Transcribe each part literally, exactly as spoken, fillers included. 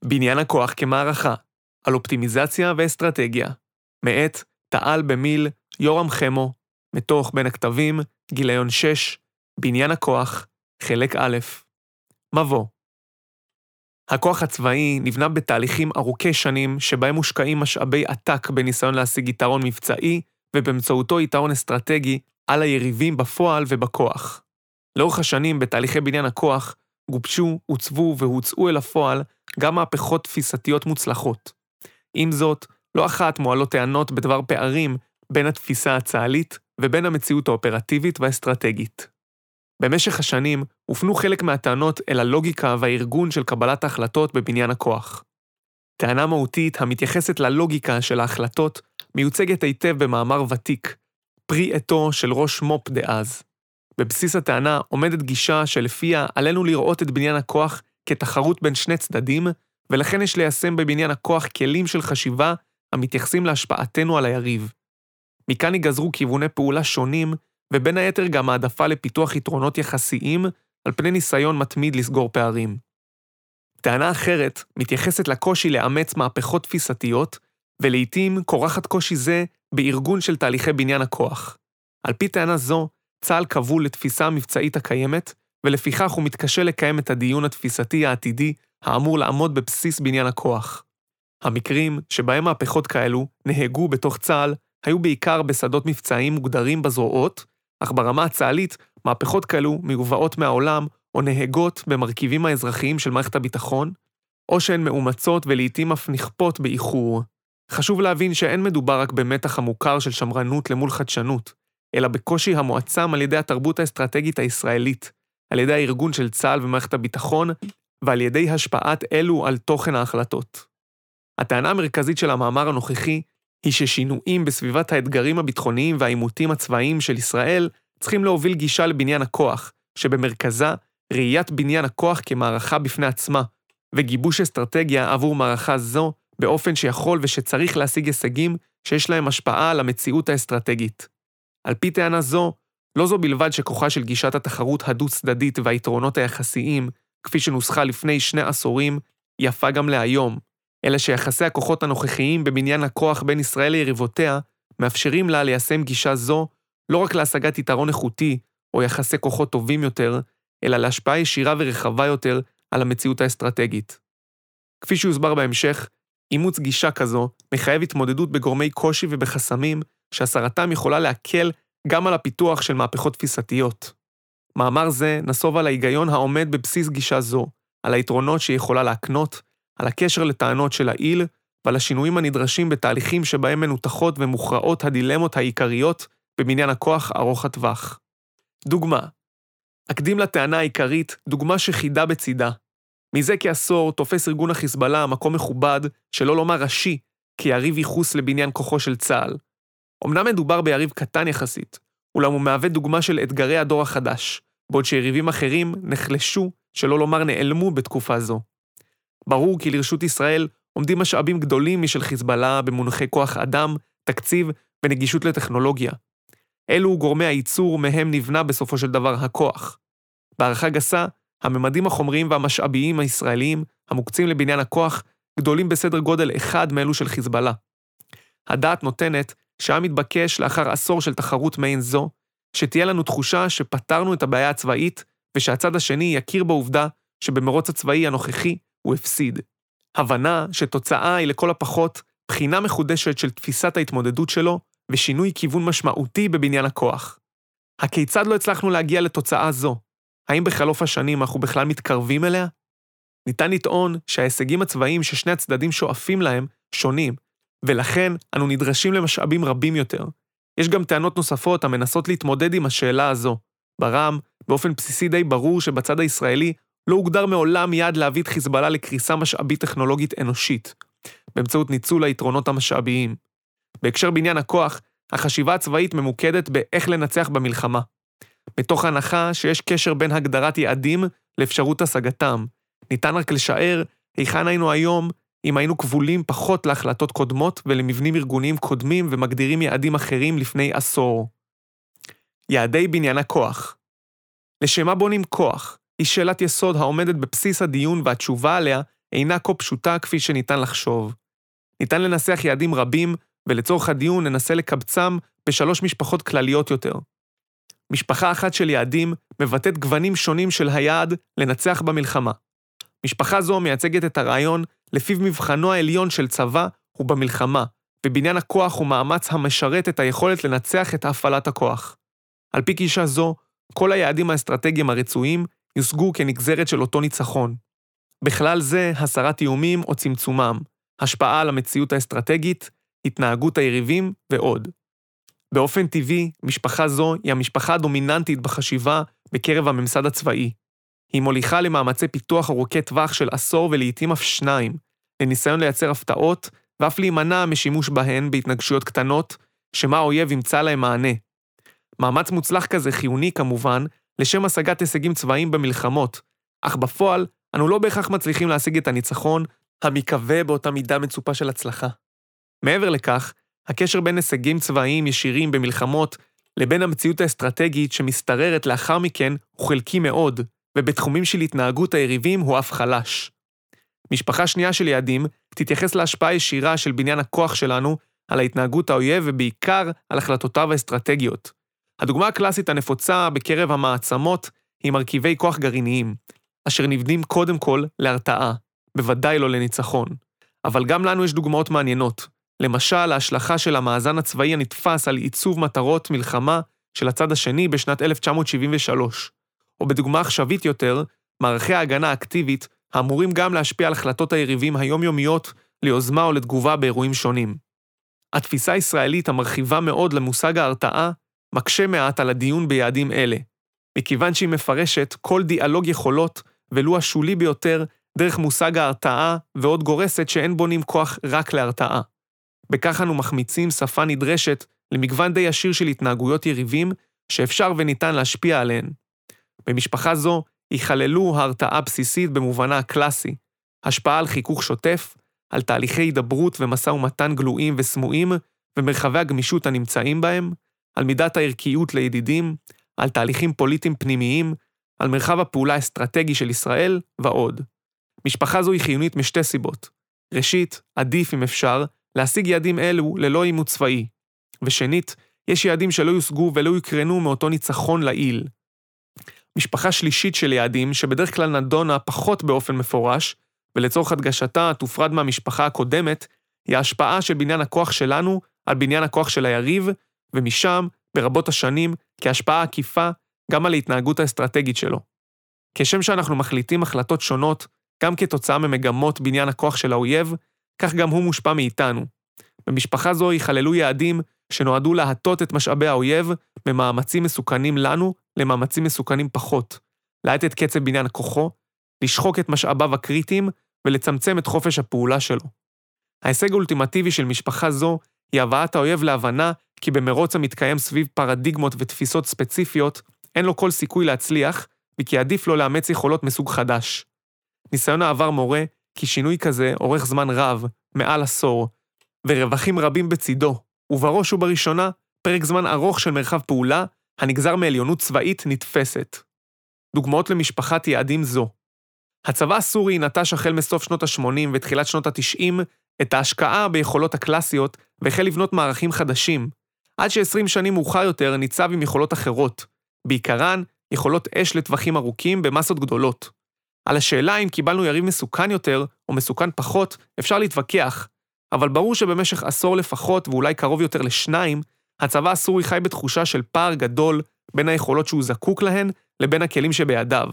בניין הכוח כמערכה, על אופטימיזציה ואסטרטגיה, מאת תעל במיל יורם חמו, מתוך בין הכתבים, גיליון שש, בניין הכוח, חלק א'. מבוא. הכוח הצבאי נבנה בתהליכים ארוכי שנים שבהם מושקעים משאבי עתק בניסיון להשיג יתרון מבצעי ובאמצעותו יתרון אסטרטגי על היריבים בפועל ובכוח. לאורך השנים בתהליכי בניין הכוח גובשו, עוצבו והוצאו אל הפועל גם מהפכות תפיסתיות מוצלחות. עם זאת, לא אחת מועלות טענות בדבר פערים בין התפיסה הצה"לית ובין המציאות האופרטיבית והאסטרטגית. במשך השנים הופנו חלק מהטענות אל הלוגיקה והארגון של קבלת ההחלטות בבניין הכוח. טענה מהותית המתייחסת ללוגיקה של ההחלטות מיוצגת היטב במאמר ותיק, פרי עטו של ראש מופ דאז. בבסיס הטענה עומדת גישה שלפיה עלינו לראות את בניין הכוח כתחרות בין שני צדדים, ולכן יש ליישם בבניין הכוח כלים של חשיבה המתייחסים להשפעתנו על היריב. מכאן ייגזרו כיווני פעולה שונים, ובין היתר גם העדפה לפיתוח יתרונות יחסיים על פני ניסיון מתמיד לסגור פערים. טענה אחרת מתייחסת לקושי לאמץ מהפכות תפיסתיות, ולעיתים כורחת קושי זה בארגון של תהליכי בניין הכוח. על פי טענה זו, צה"ל כבול לתפיסה המבצעית הקיימת, ולפיכך הוא מתקשה לקיים את הדיון התפיסתי העתידי האמור לעמוד בבסיס בניין הכוח. המקרים שבהם מהפכות כאלו נהגו בתוך צה"ל היו בעיקר בשדות מבצעיים מוגדרים בזרועות, אך ברמה הצה"לית מהפכות כאלו מיובאות מהעולם או נהגות במרכיבים האזרחיים של מערכת הביטחון, או שהן מאומצות ולעיתים אף נכפות באיחור. חשוב להבין שאין מדובר רק במתח המוכר של שמרנות למול חדשנות, אלא בקושי המועצם על ידי התרבות האסטרטגית הישראלית, על ידי הארגון של צה"ל ומערכת הביטחון, ועל ידי השפעת אלו על תוכן ההחלטות. הטענה המרכזית של המאמר הנוכחי היא ששינויים בסביבת האתגרים הביטחוניים והעימותים הצבאיים של ישראל צריכים להוביל גישה לבניין הכוח, שבמרכזה ראיית בניין הכוח כמערכה בפני עצמה, וגיבוש אסטרטגיה עבור מערכה זו באופן שיכול ושצריך להשיג הישגים שיש להם השפעה על המציאות האסטרטגית. על פי טענה זו, לא זו בלבד שכוחה של גישת התחרות הדו-צדדית והיתרונות היחסיים, כפי שנוסחה לפני שני עשורים, יפה גם להיום, אלא שיחסי הכוחות הנוכחיים בבניין הכוח בין ישראל ליריבותיה, מאפשרים לה ליישם גישה זו לא רק להשגת יתרון איכותי או יחסי כוחות טובים יותר, אלא להשפעה ישירה ורחבה יותר על המציאות האסטרטגית. כפי שהוסבר בהמשך, אימוץ גישה כזו מחייב התמודדות בגורמי קושי ובחסמים שהסרתם יכולה להקל גם על הפיתוח של מהפכות תפיסתיות. מאמר זה נסוב על ההיגיון העומד בבסיס גישה זו, על היתרונות שהיא יכולה להקנות, על הקשר לטענות של העיל ועל השינויים הנדרשים בתהליכים שבהם מנותחות ומוכרעות הדילמות העיקריות בבניין הכוח ארוך הטווח. דוגמה. אקדים לטענה העיקרית דוגמה שחידה בצידה. מזה כעשור תופס ארגון החיזבאללה מקום מכובד, שלא לומר ראשי, כיריב ייחוס לבניין כוחו של צה"ל. אמנם מדובר ביריב קטן יחסית, אולם הוא מהווה דוגמה של אתגרי הדור החדש, בעוד שיריבים אחרים נחלשו, שלא לומר נעלמו בתקופה זו. ברור כי לרשות ישראל עומדים משאבים גדולים משל חיזבאללה במונחי כוח אדם, תקציב ונגישות לטכנולוגיה. אלו גורמי הייצור מהם נבנה בסופו של דבר הכוח. בערכה גסה, הממדים החומריים והמשאביים הישראליים המוקצים לבניין הכוח גדולים בסדר גודל אחד מאלו של חיזבאללה. הדעת נותנת שהיה מתבקש לאחר עשור של תחרות מעין זו, שתהיה לנו תחושה שפתרנו את הבעיה הצבאית ושהצד השני יכיר בעובדה שבמרוץ הצבאי הנוכחי הוא הפסיד. הבנה שתוצאה היא לכל הפחות בחינה מחודשת של תפיסת ההתמודדות שלו ושינוי כיוון משמעותי בבניין הכוח. הכיצד לא הצלחנו להגיע לתוצאה זו? האם בחלוף השנים אנחנו בכלל מתקרבים אליה? ניתן לטעון שההישגים הצבאיים ששני הצדדים שואפים להם שונים, ולכן אנו נדרשים למשאבים רבים יותר. יש גם טענות נוספות המנסות להתמודד עם השאלה הזו. ברם, באופן בסיסי די ברור שבצד הישראלי לא הוגדר מעולם יעד להביא את חיזבאללה לקריסה משאבית טכנולוגית אנושית, באמצעות ניצול היתרונות המשאביים. בהקשר בניין הכוח, החשיבה הצבאית ממוקדת באיך לנצח במלחמה. מתוך ההנחה שיש קשר בין הגדרת יעדים לאפשרות השגתם. ניתן רק לשער היכן היינו היום אם היינו כבולים פחות להחלטות קודמות ולמבנים ארגוניים קודמים ומגדירים יעדים אחרים לפני עשור. יעדי בניין הכוח. לשם מה בונים כוח? היא שאלת יסוד העומדת בבסיס הדיון והתשובה עליה אינה כה פשוטה כפי שניתן לחשוב. ניתן לנסח יעדים רבים, ולצורך הדיון ננסה לקבצם בשלוש משפחות כלליות יותר. משפחה אחת של יעדים מבטאת גוונים שונים של היעד לנצח במלחמה. משפחה זו מייצגת את הרעיון לפיו מבחנו העליון של צבא הוא במלחמה, ובניין הכוח הוא מאמץ המשרת את היכולת לנצח את הפעלת הכוח. על פי גישה זו, כל היעדים האסטרטגיים הרצויים יושגו כנגזרת של אותו ניצחון. בכלל זה הסרת איומים או צמצומם, השפעה על המציאות האסטרטגית, התנהגות היריבים ועוד. באופן טבעי, משפחה זו היא המשפחה הדומיננטית בחשיבה בקרב הממסד הצבאי. היא מוליכה למאמצי פיתוח ארוכי טווח של עשור ולעיתים אף שניים, לניסיון לייצר הפתעות ואף להימנע משימוש בהן בהתנגשויות קטנות, שמה האויב ימצא להם מענה. מאמץ מוצלח כזה חיוני כמובן, לשם השגת הישגים צבאיים במלחמות, אך בפועל אנו לא בהכרח מצליחים להשיג את הניצחון המקווה באותה מידה מצופה של הצלחה. מעבר לכך, הקשר בין הישגים צבאיים ישירים במלחמות לבין המציאות האסטרטגית שמסתררת לאחר מכן הוא חלקי מאוד, ובתחומים של התנהגות היריבים הוא אף חלש. משפחה שנייה של יעדים תתייחס להשפעה ישירה של בניין הכוח שלנו על ההתנהגות האויב ובעיקר על החלטותיו האסטרטגיות. הדוגמה הקלאסית הנפוצה בקרב המעצמות היא מרכיבי כוח גרעיניים, אשר נבנים קודם כל להרתעה, בוודאי לא לניצחון. אבל גם לנו יש דוגמאות מעניינות. למשל, ההשלכה של המאזן הצבאי הנתפס על עיצוב מטרות מלחמה של הצד השני בשנת אלף תשע מאות שבעים ושלוש. או בדוגמה עכשווית יותר, מערכי ההגנה האקטיבית האמורים גם להשפיע על החלטות היריבים היומיומיות ליוזמה או לתגובה באירועים שונים. התפיסה הישראלית המרחיבה מאוד למושג ההרתעה מקשה מעט על הדיון ביעדים אלה, מכיוון שהיא מפרשת כל דיאלוג יכולות ולו השולי ביותר דרך מושג ההרתעה ועוד גורסת שאין בונים כוח רק להרתעה. בכך אנו מחמיצים שפה נדרשת למגוון די ישיר של התנהגויות יריבים שאפשר וניתן להשפיע עליהן. במשפחה זו יכללו הרתעה בסיסית במובנה הקלאסי, השפעה על חיכוך שוטף, על תהליכי הידברות ומשא ומתן גלויים וסמויים ומרחבי הגמישות הנמצאים בהם, על מידת הערכיות לידידים, על תהליכים פוליטיים פנימיים, על מרחב הפעולה האסטרטגי של ישראל ועוד. משפחה זו היא חיונית משתי סיבות. ראשית, עדיף אם אפשר להשיג יעדים אלו ללא אימות צבאי. ושנית, יש יעדים שלא יושגו ולא יקרנו מאותו ניצחון לעיל. משפחה שלישית של יעדים שבדרך כלל נדונה פחות באופן מפורש, ולצורך הדגשתה תופרד מהמשפחה הקודמת, היא ההשפעה של בניין הכוח שלנו על בניין הכוח של היריב, ומשם, ברבות השנים, כהשפעה עקיפה גם על ההתנהגות האסטרטגית שלו. כשם שאנחנו מחליטים החלטות שונות, גם כתוצאה ממגמות בניין הכוח של האויב, כך גם הוא מושפע מאיתנו. במשפחה זו יכללו יעדים שנועדו להטות את משאבי האויב ממאמצים מסוכנים לנו למאמצים מסוכנים פחות, להאט את קצב בניין כוחו, לשחוק את משאביו הקריטיים ולצמצם את חופש הפעולה שלו. ההישג האולטימטיבי של משפחה זו היא הבאת האויב להבנה כי במרוץ המתקיים סביב פרדיגמות ותפיסות ספציפיות, אין לו כל סיכוי להצליח, וכי עדיף לו לאמץ יכולות מסוג חדש. ניסיון העבר מורה כי שינוי כזה אורך זמן רב, מעל עשור, ורווחים רבים בצידו, ובראש ובראשונה פרק זמן ארוך של מרחב פעולה, הנגזר מעליונות צבאית נתפסת. דוגמאות למשפחת יעדים זו. הצבא הסורי נטש החל מסוף שנות ה-שמונים ותחילת שנות ה-תשעים את ההשקעה ביכולות הקלאסיות והחל לבנות מערכים חדשים, עד ש-עשרים שנים מאוחר יותר ניצב עם יכולות אחרות, בעיקרן יכולות אש לטווחים ארוכים במסות גדולות. על השאלה אם קיבלנו יריב מסוכן יותר או מסוכן פחות אפשר להתווכח, אבל ברור שבמשך עשור לפחות ואולי קרוב יותר לשניים, הצבא הסורי חי בתחושה של פער גדול בין היכולות שהוא זקוק להן לבין הכלים שבידיו.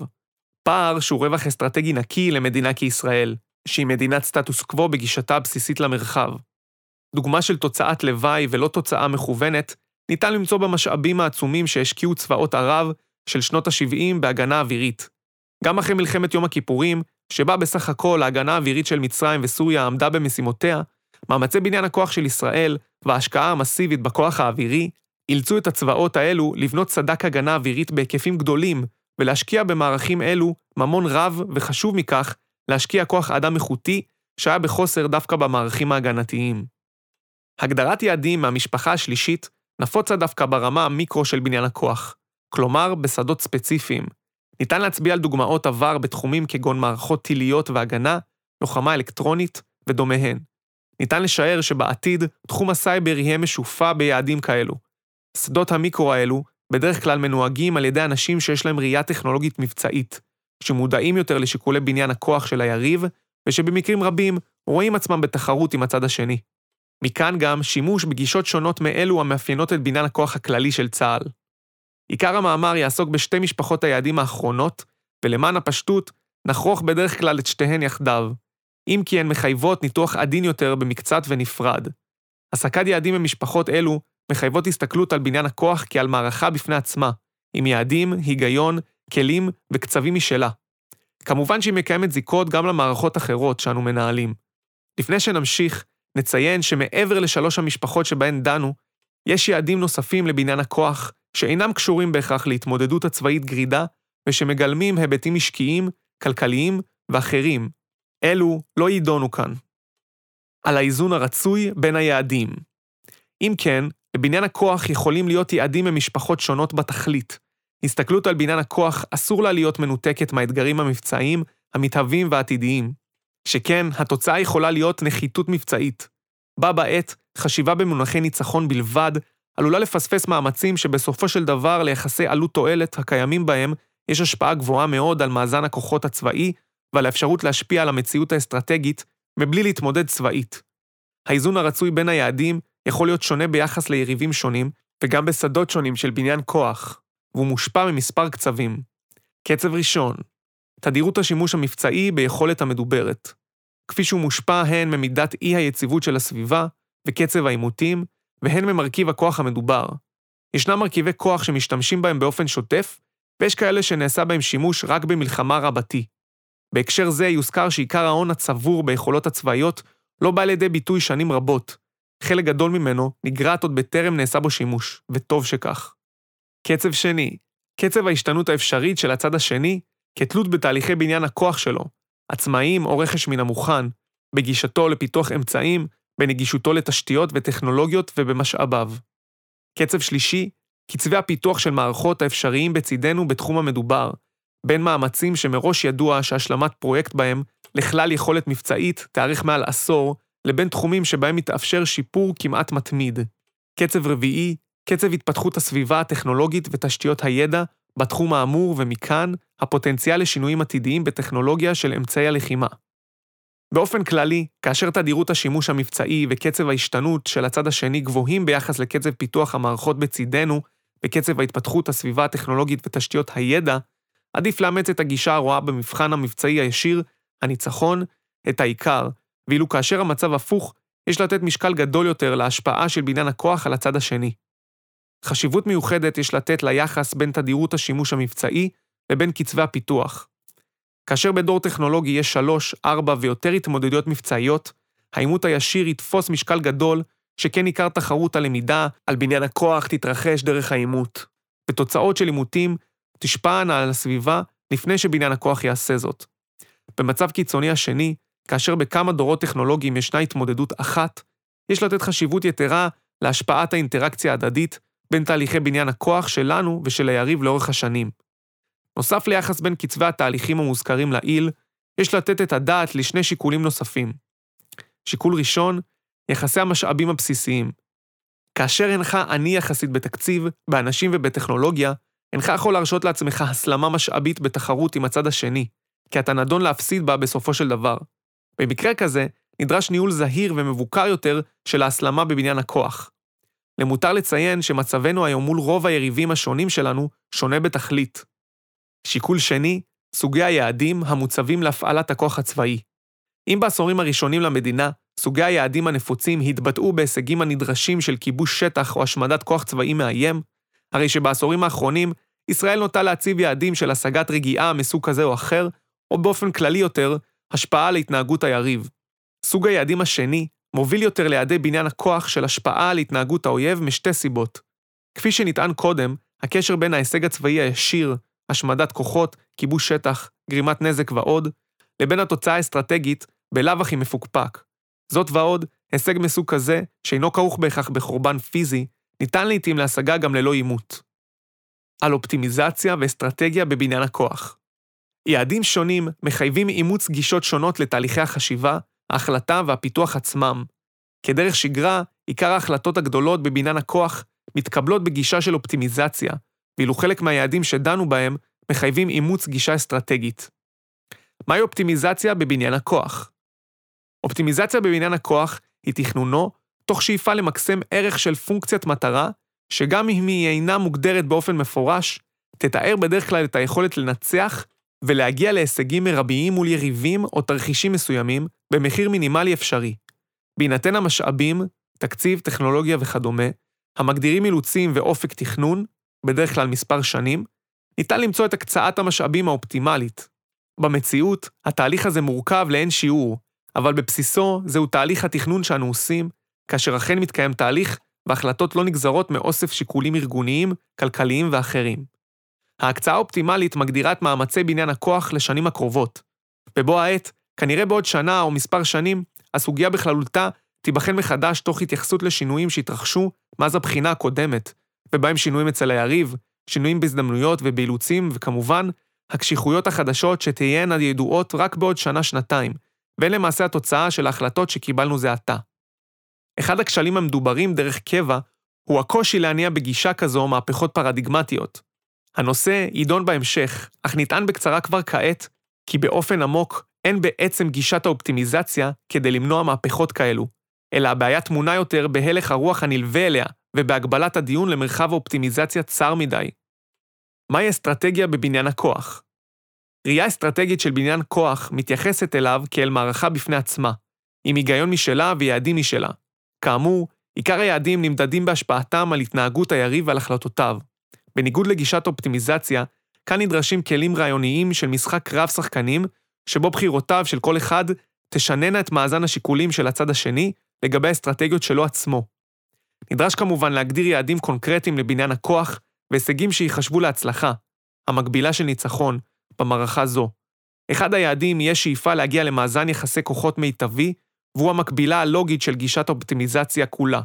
פער שהוא רווח אסטרטגי נקי למדינה כישראל, שהיא מדינת סטטוס קוו בגישתה הבסיסית למרחב. דוגמה של תוצאת לוואי ולא תוצאה מכוונת, ניתן למצוא במשאבים העצומים שהשקיעו צבאות ערב של שנות ה-שבעים בהגנה אווירית. גם אחרי מלחמת יום הכיפורים, שבה בסך הכל ההגנה האווירית של מצרים וסוריה עמדה במשימותיה, מאמצי בניין הכוח של ישראל וההשקעה המסיבית בכוח האווירי, אילצו את הצבאות האלו לבנות סדק הגנה אווירית בהיקפים גדולים, ולהשקיע במערכים אלו ממון רב וחשוב מכך, להשקיע כוח אדם איכותי שהיה בחוסר דווקא במערכים ההגנתיים. הגדרת יעדים מהמשפחה השלישית נפוצה דווקא ברמה המיקרו של בניין הכוח, כלומר בשדות ספציפיים. ניתן להצביע על דוגמאות עבר בתחומים כגון מערכות טיליות והגנה, לוחמה אלקטרונית ודומיהן. ניתן לשער שבעתיד תחום הסייבר יהיה משופע ביעדים כאלו. שדות המיקרו האלו בדרך כלל מנוהגים על ידי אנשים שיש להם ראייה טכנולוגית מבצעית, שמודעים יותר לשיקולי בניין הכוח של היריב, ושבמקרים רבים רואים עצמם בתחרות עם הצד השני. מכאן גם שימוש בגישות שונות מאלו המאפיינות את בניין הכוח הכללי של צה"ל. עיקר המאמר יעסוק בשתי משפחות היעדים האחרונות, ולמען הפשטות נחרוך בדרך כלל את שתיהן יחדיו, אם כי הן מחייבות ניתוח עדין יותר במקצת ונפרד. הסקת יעדים במשפחות אלו מחייבות הסתכלות על בניין הכוח כעל מערכה בפני עצמה, עם יעדים, היגיון, כלים וקצבים משלה. כמובן שהיא מקיימת זיקות גם למערכות אחרות שאנו מנהלים. לפני שנמשיך, נציין שמעבר לשלוש המשפחות שבהן דנו, יש יעדים נוספים לבניין הכוח שאינם קשורים בהכרח להתמודדות הצבאית גרידה, ושמגלמים היבטים משקיים, כלכליים ואחרים. אלו לא יידונו כאן. על האיזון הרצוי בין היעדים. אם כן, לבניין הכוח יכולים להיות יעדים ממשפחות שונות בתכלית. הסתכלות על בניין הכוח אסור לה להיות מנותקת מהאתגרים המבצעיים, המתהווים והעתידיים. שכן, התוצאה יכולה להיות נחיתות מבצעית. בה בעת, חשיבה במונחי ניצחון בלבד, עלולה לפספס מאמצים שבסופו של דבר ליחסי עלות תועלת הקיימים בהם, יש השפעה גבוהה מאוד על מאזן הכוחות הצבאי, ועל האפשרות להשפיע על המציאות האסטרטגית, מבלי להתמודד צבאית. האיזון הרצוי בין היעדים יכול להיות שונה ביחס ליריבים שונים, וגם בשדות שונים של בניין כוח, והוא מושפע ממספר קצבים. קצב ראשון, תדירות השימוש המבצעי ביכולת המדוברת. כפי שהוא מושפע הן ממידת אי היציבות של הסביבה, וקצב העימותים, והן ממרכיב הכוח המדובר. ישנם מרכיבי כוח שמשתמשים בהם באופן שוטף, ויש כאלה שנעשה בהם שימוש רק במלחמה רבתי. בהקשר זה יוזכר שעיקר ההון הצבור ביכולות הצבאיות לא בא לידי ביטוי שנים רבות. חלק גדול ממנו נגרעת עוד בטרם נעשה בו שימוש, וטוב שכך. קצב שני, קצב ההשתנות האפשרית של הצד השני, כתלות בתהליכי בניין הכוח שלו, עצמאיים או רכש מן המוכן, בגישתו לפיתוח אמצעים, בנגישותו לתשתיות וטכנולוגיות ובמשאביו. קצב שלישי, קצבי הפיתוח של מערכות האפשריים בצידנו בתחום המדובר, בין מאמצים שמראש ידוע שהשלמת פרויקט בהם לכלל יכולת מבצעית תאריך מעל עשור, לבין תחומים שבהם מתאפשר שיפור כמעט מתמיד. קצב רביעי, קצב התפתחות הסביבה הטכנולוגית ותשתיות הידע בתחום האמור, ומכאן הפוטנציאל לשינויים עתידיים בטכנולוגיה של אמצעי הלחימה. באופן כללי, כאשר תדירות השימוש המבצעי וקצב ההשתנות של הצד השני גבוהים ביחס לקצב פיתוח המערכות בצידנו, וקצב ההתפתחות הסביבה הטכנולוגית ותשתיות הידע, עדיף לאמץ את הגישה הרואה במבחן המבצעי הישיר, הניצחון, את העיקר, ואילו כאשר המצב הפוך, יש לתת משקל גדול יותר להשפעה של בניין הכוח על הצד השני. חשיבות מיוחדת יש לתת ליחס בין תדירות השימוש המבצעי לבין קצבי הפיתוח. כאשר בדור טכנולוגי יש שלוש, ארבע ויותר התמודדויות מבצעיות, העימות הישיר יתפוס משקל גדול, שכן עיקר תחרות הלמידה על בניין הכוח תתרחש דרך העימות. בתוצאות של עימותים תשפענה על הסביבה לפני שבניין הכוח יעשה זאת. במצב קיצוני השני, כאשר בכמה דורות טכנולוגיים ישנה התמודדות אחת, יש לתת חשיבות יתרה להשפעת האינטראקציה ההדדית בין תהליכי בניין הכוח שלנו ושל היריב לאורך השנים. נוסף ליחס בין קצבי התהליכים המוזכרים לעיל, יש לתת את הדעת לשני שיקולים נוספים. שיקול ראשון, יחסי המשאבים הבסיסיים. כאשר אינך עני יחסית בתקציב, באנשים ובטכנולוגיה, אינך יכול להרשות לעצמך הסלמה משאבית בתחרות עם הצד השני, כי אתה נדון להפסיד בה בסופו של דבר. במקרה כזה, נדרש ניהול זהיר ומבוקר יותר של ההסלמה בבניין הכוח. למותר לציין שמצבנו היום מול רוב היריבים השונים שלנו שונה בתכלית. שיקול שני, סוגי היעדים המוצבים להפעלת הכוח הצבאי. אם בעשורים הראשונים למדינה, סוגי היעדים הנפוצים התבטאו בהישגים הנדרשים של כיבוש שטח או השמדת כוח צבאי מאיים, הרי שבעשורים האחרונים, ישראל נוטה להציב יעדים של השגת רגיעה מסוג כזה או אחר, או באופן כללי יותר, השפעה על התנהגות היריב. סוג היעדים השני מוביל יותר ליעדי בניין הכוח של השפעה על התנהגות האויב משתי סיבות. כפי שנטען קודם, הקשר בין ההישג הצבאי הישיר, השמדת כוחות, כיבוש שטח, גרימת נזק ועוד, לבין התוצאה האסטרטגית בלאו הכי מפוקפק. זאת ועוד, הישג מסוג כזה, שאינו כרוך בהכרח בחורבן פיזי, ניתן לעתים להשגה גם ללא עימות. על אופטימיזציה ואסטרטגיה בבניין הכוח. יעדים שונים מחייבים אימוץ גישות שונות לתהליכי החשיבה, ההחלטה והפיתוח עצמם. כדרך שגרה, עיקר ההחלטות הגדולות בבניין הכוח מתקבלות בגישה של אופטימיזציה, ואילו חלק מהיעדים שדנו בהם מחייבים אימוץ גישה אסטרטגית. מהי אופטימיזציה בבניין הכוח? אופטימיזציה בבניין הכוח היא תכנונו תוך שאיפה למקסם ערך של פונקציית מטרה, שגם אם היא אינה מוגדרת באופן מפורש, תתאר בדרך כלל את היכולת לנצח ולהגיע להישגים מרביים מול יריבים או תרחישים מסוימים במחיר מינימלי אפשרי. בהינתן המשאבים, תקציב, טכנולוגיה וכדומה, המגדירים אילוצים ואופק תכנון, בדרך כלל מספר שנים, ניתן למצוא את הקצאת המשאבים האופטימלית. במציאות, התהליך הזה מורכב לאין שיעור, אבל בבסיסו זהו תהליך התכנון שאנו עושים, כאשר אכן מתקיים תהליך והחלטות לא נגזרות מאוסף שיקולים ארגוניים, כלכליים ואחרים. ההקצאה האופטימלית מגדירה את מאמצי בניין הכוח לשנים הקרובות. בבוא העת, כנראה בעוד שנה או מספר שנים, הסוגיה בכללותה תיבחן מחדש תוך התייחסות לשינויים שהתרחשו מאז הבחינה הקודמת, ובהם שינויים אצל היריב, שינויים בהזדמנויות ובאילוצים, וכמובן, הקשיחויות החדשות שתהיינה ידועות רק בעוד שנה-שנתיים, והן למעשה התוצאה של ההחלטות שקיבלנו זה עתה. אחד הכשלים המדוברים דרך קבע הוא הקושי להניע בגישה כזו מהפכות פרדיגמטיות. הנושא יידון בהמשך, אך נטען בקצרה כבר כעת, כי באופן עמוק אין בעצם גישת האופטימיזציה כדי למנוע מהפכות כאלו, אלא הבעיה תמונה יותר בהלך הרוח הנלווה אליה ובהגבלת הדיון למרחב האופטימיזציה צר מדי. מהי אסטרטגיה בבניין הכוח? ראייה אסטרטגית של בניין כוח מתייחסת אליו כאל מערכה בפני עצמה, עם היגיון משלה ויעדים משלה. כאמור, עיקר היעדים נמדדים בהשפעתם על התנהגות היריב ועל החלטותיו. בניגוד לגישת אופטימיזציה, כאן נדרשים כלים רעיוניים של משחק רב שחקנים, שבו בחירותיו של כל אחד תשננה את מאזן השיקולים של הצד השני לגבי האסטרטגיות שלו עצמו. נדרש כמובן להגדיר יעדים קונקרטיים לבניין הכוח והישגים שיחשבו להצלחה, המקבילה של ניצחון, במערכה זו. אחד היעדים יהיה שאיפה להגיע למאזן יחסי כוחות מיטבי, והוא המקבילה הלוגית של גישת האופטימיזציה כולה.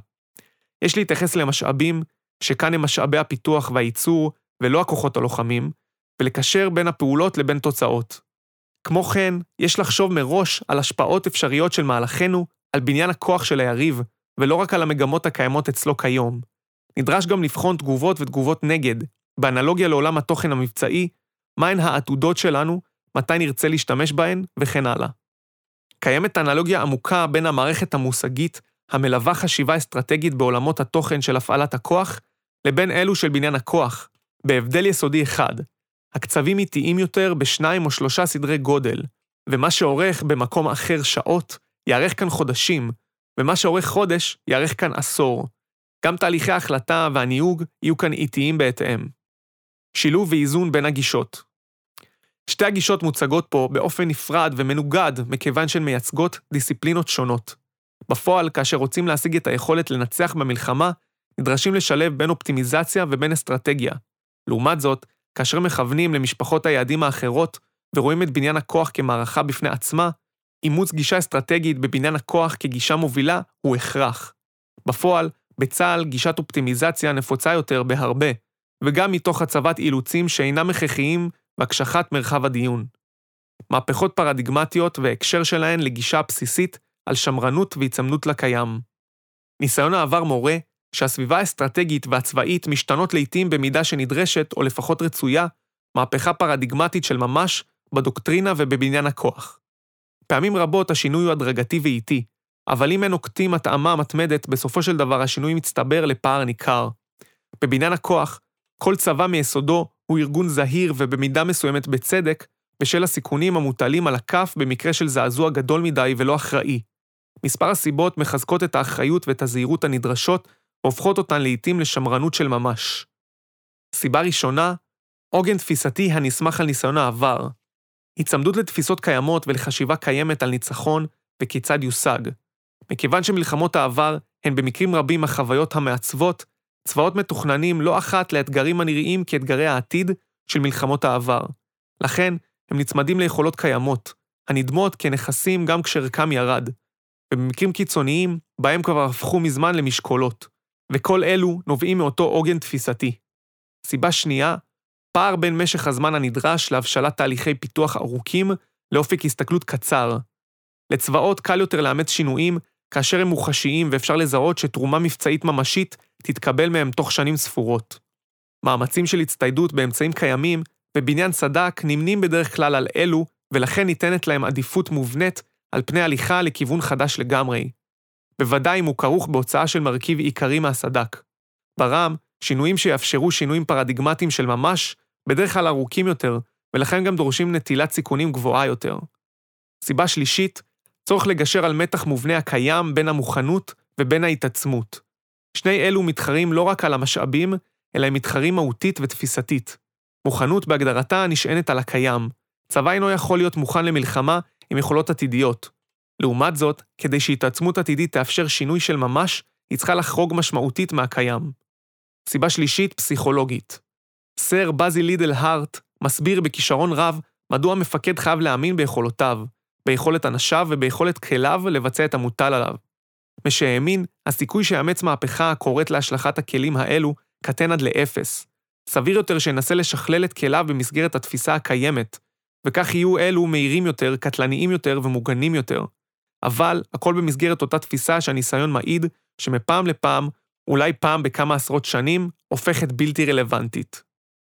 יש להתייחס למשאבים, שכאן הם משאבי הפיתוח והייצור, ולא הכוחות הלוחמים, ולקשר בין הפעולות לבין תוצאות. כמו כן, יש לחשוב מראש על השפעות אפשריות של מהלכנו על בניין הכוח של היריב, ולא רק על המגמות הקיימות אצלו כיום. נדרש גם לבחון תגובות ותגובות נגד, באנלוגיה לעולם התוכן המבצעי, מהן העתודות שלנו, מתי נרצה להשתמש בהן, וכן הלאה. קיימת אנלוגיה עמוקה בין המערכת המושגית, המלווה חשיבה אסטרטגית בעולמות התוכן של הפעלת הכוח, לבין אלו של בניין הכוח, בהבדל יסודי אחד. הקצבים איטיים יותר בשניים או שלושה סדרי גודל, ומה שעורך במקום אחר שעות, יארך כאן חודשים, ומה שעורך חודש, יארך כאן עשור. גם תהליכי ההחלטה והניוג יהיו כאן איטיים בהתאם. שילוב ואיזון בין הגישות. שתי הגישות מוצגות פה באופן נפרד ומנוגד מכיוון שהן מייצגות דיסציפלינות שונות. בפועל, כאשר רוצים להשיג את היכולת לנצח במלחמה, נדרשים לשלב בין אופטימיזציה ובין אסטרטגיה. לעומת זאת, כאשר מכוונים למשפחות היעדים האחרות ורואים את בניין הכוח כמערכה בפני עצמה, אימוץ גישה אסטרטגית בבניין הכוח כגישה מובילה הוא הכרח. בפועל, בצה"ל גישת אופטימיזציה נפוצה יותר בהרבה, וגם מתוך הצבת אילוצים שאינם הכרחיים והקשחת מרחב הדיון. מהפכות פרדיגמטיות והקשר שלהן לגישה בסיסית על שמרנות והצמנות לקיים. ניסיון העבר מורה שהסביבה האסטרטגית והצבאית משתנות לעתים במידה שנדרשת או לפחות רצויה, מהפכה פרדיגמטית של ממש בדוקטרינה ובבניין הכוח. פעמים רבות השינוי הוא הדרגתי ואיטי, אבל אם אין נוקטים התאמה מתמדת, בסופו של דבר השינוי מצטבר לפער ניכר. בבניין הכוח, כל צבא מיסודו הוא ארגון זהיר ובמידה מסוימת בצדק, בשל הסיכונים המוטלים על הכף במקרה של זעזוע גדול מדי ולא אחראי. מספר הסיבות מחזקות את האחריות ואת הזהירות הנדרשות, והופכות אותן לעתים לשמרנות של ממש. סיבה ראשונה, עוגן תפיסתי הנסמך על ניסיון העבר. הצמדות לתפיסות קיימות ולחשיבה קיימת על ניצחון וכיצד יושג. מכיוון שמלחמות העבר הן במקרים רבים החוויות המעצבות, צבאות מתוכננים לא אחת לאתגרים הנראים כאתגרי העתיד של מלחמות העבר. לכן, הם נצמדים ליכולות קיימות, הנדמות כנכסים גם כשערכם ירד, ובמקרים קיצוניים, בהם כבר הפכו מזמן למשקולות, וכל אלו נובעים מאותו עוגן תפיסתי. סיבה שנייה, פער בין משך הזמן הנדרש להבשלת תהליכי פיתוח ארוכים לאופק הסתכלות קצר. לצבאות קל יותר לאמץ שינויים כאשר הם מוחשיים ואפשר לזהות שתרומה מבצעית ממשית תתקבל מהם תוך שנים ספורות. מאמצים של הצטיידות באמצעים קיימים ובניין סדק נמנים בדרך כלל על אלו, ולכן ניתנת להם עדיפות מובנית על פני הליכה לכיוון חדש לגמרי. בוודאי אם הוא כרוך בהוצאה של מרכיב עיקרי מהסדק. ברם, שינויים שיאפשרו שינויים פרדיגמטיים של ממש, בדרך כלל ארוכים יותר, ולכן גם דורשים נטילת סיכונים גבוהה יותר. סיבה שלישית, צורך לגשר על מתח מובנה הקיים בין המוכנות ובין ההתעצמות. שני אלו מתחרים לא רק על המשאבים, אלא הם מתחרים מהותית ותפיסתית. מוכנות בהגדרתה נשענת על הקיים. צבא אינו יכול להיות מוכן למלחמה עם יכולות עתידיות. לעומת זאת, כדי שהתעצמות עתידית תאפשר שינוי של ממש, היא צריכה לחרוג משמעותית מהקיים. סיבה שלישית, פסיכולוגית. סר בזיל לידל הארט מסביר בכישרון רב מדוע מפקד חייב להאמין ביכולותיו, ביכולת אנשיו וביכולת כליו לבצע את המוטל עליו. משהאמין, הסיכוי שיאמץ מהפכה הקוראת להשלכת הכלים האלו קטן עד לאפס. סביר יותר שינסה לשכלל את כליו במסגרת התפיסה הקיימת, וכך יהיו אלו מהירים יותר, קטלניים יותר ומוגנים יותר. אבל הכל במסגרת אותה תפיסה שהניסיון מעיד שמפעם לפעם, אולי פעם בכמה עשרות שנים, הופכת בלתי רלוונטית.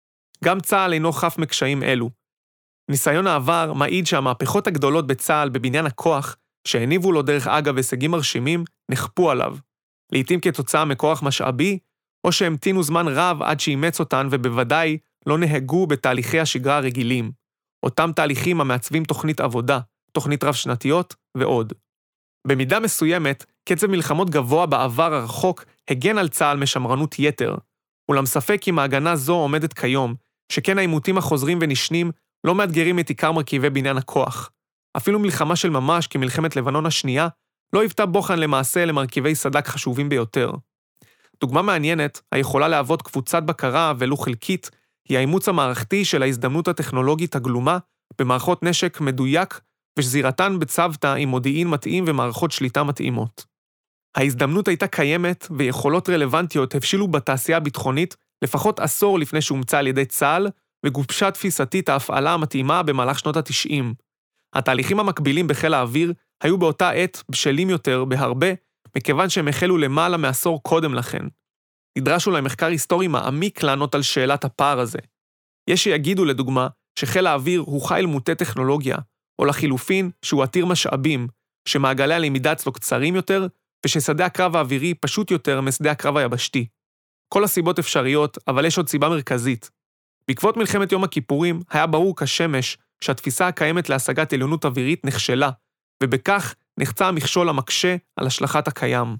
גם צה"ל אינו חף מקשיים אלו. ניסיון העבר מעיד שהמהפכות הגדולות בצה"ל בבניין הכוח, שהניבו לו דרך אגב הישגים מרשימים, נחפו עליו. לעתים כתוצאה מכוח משאבי, או שהמתינו זמן רב עד שאימץ אותן ובוודאי לא נהגו בתהליכי השגרה הרגילים. אותם תהליכים המעצבים תוכנית עבודה, תוכנית רב-שנתיות ועוד. במידה מסוימת, קצב מלחמות גבוה בעבר הרחוק הגן על צה"ל משמרנות יתר, אולם ספק אם ההגנה זו עומדת כיום, שכן העימותים החוזרים ונשנים לא מאתגרים את עיקר מרכיבי בניין הכוח. אפילו מלחמה של ממש כמלחמת לבנון השנייה לא היוותה בוחן למעשה למרכיבי סדק חשובים ביותר. דוגמה מעניינת, היכולה להוות קבוצת בקרה ולו חלקית, היא האימוץ המערכתי של ההזדמנות הטכנולוגית הגלומה במערכות נשק מדויק ושזירתן בצוותא עם מודיעין מתאים ומערכות שליטה מתאימות. ההזדמנות הייתה קיימת ויכולות רלוונטיות הבשילו בתעשייה הביטחונית לפחות עשור לפני שהומצא על ידי צה"ל וגובשה תפיסתית ההפעלה המתאימה במהלך שנות ה-תשעים. התהליכים המקבילים בחיל האוויר היו באותה עת בשלים יותר בהרבה, מכיוון שהם החלו למעלה מעשור קודם לכן. נדרש אולי מחקר היסטורי מעמיק לענות על שאלת הפער הזה. יש שיגידו לדוגמה שחיל האוויר הוא חיל מוטה טכנולוגיה, או לחילופין שהוא עתיר משאבים, שמעגלי הלמידה אצלו קצרים יותר, וששדה הקרב האווירי פשוט יותר משדה הקרב היבשתי. כל הסיבות אפשריות, אבל יש עוד סיבה מרכזית. בעקבות מלחמת יום הכיפורים היה ברור כשמש שהתפיסה הקיימת להשגת עליונות אווירית נכשלה, ובכך נחצה המכשול המקשה על השלכת הקיים.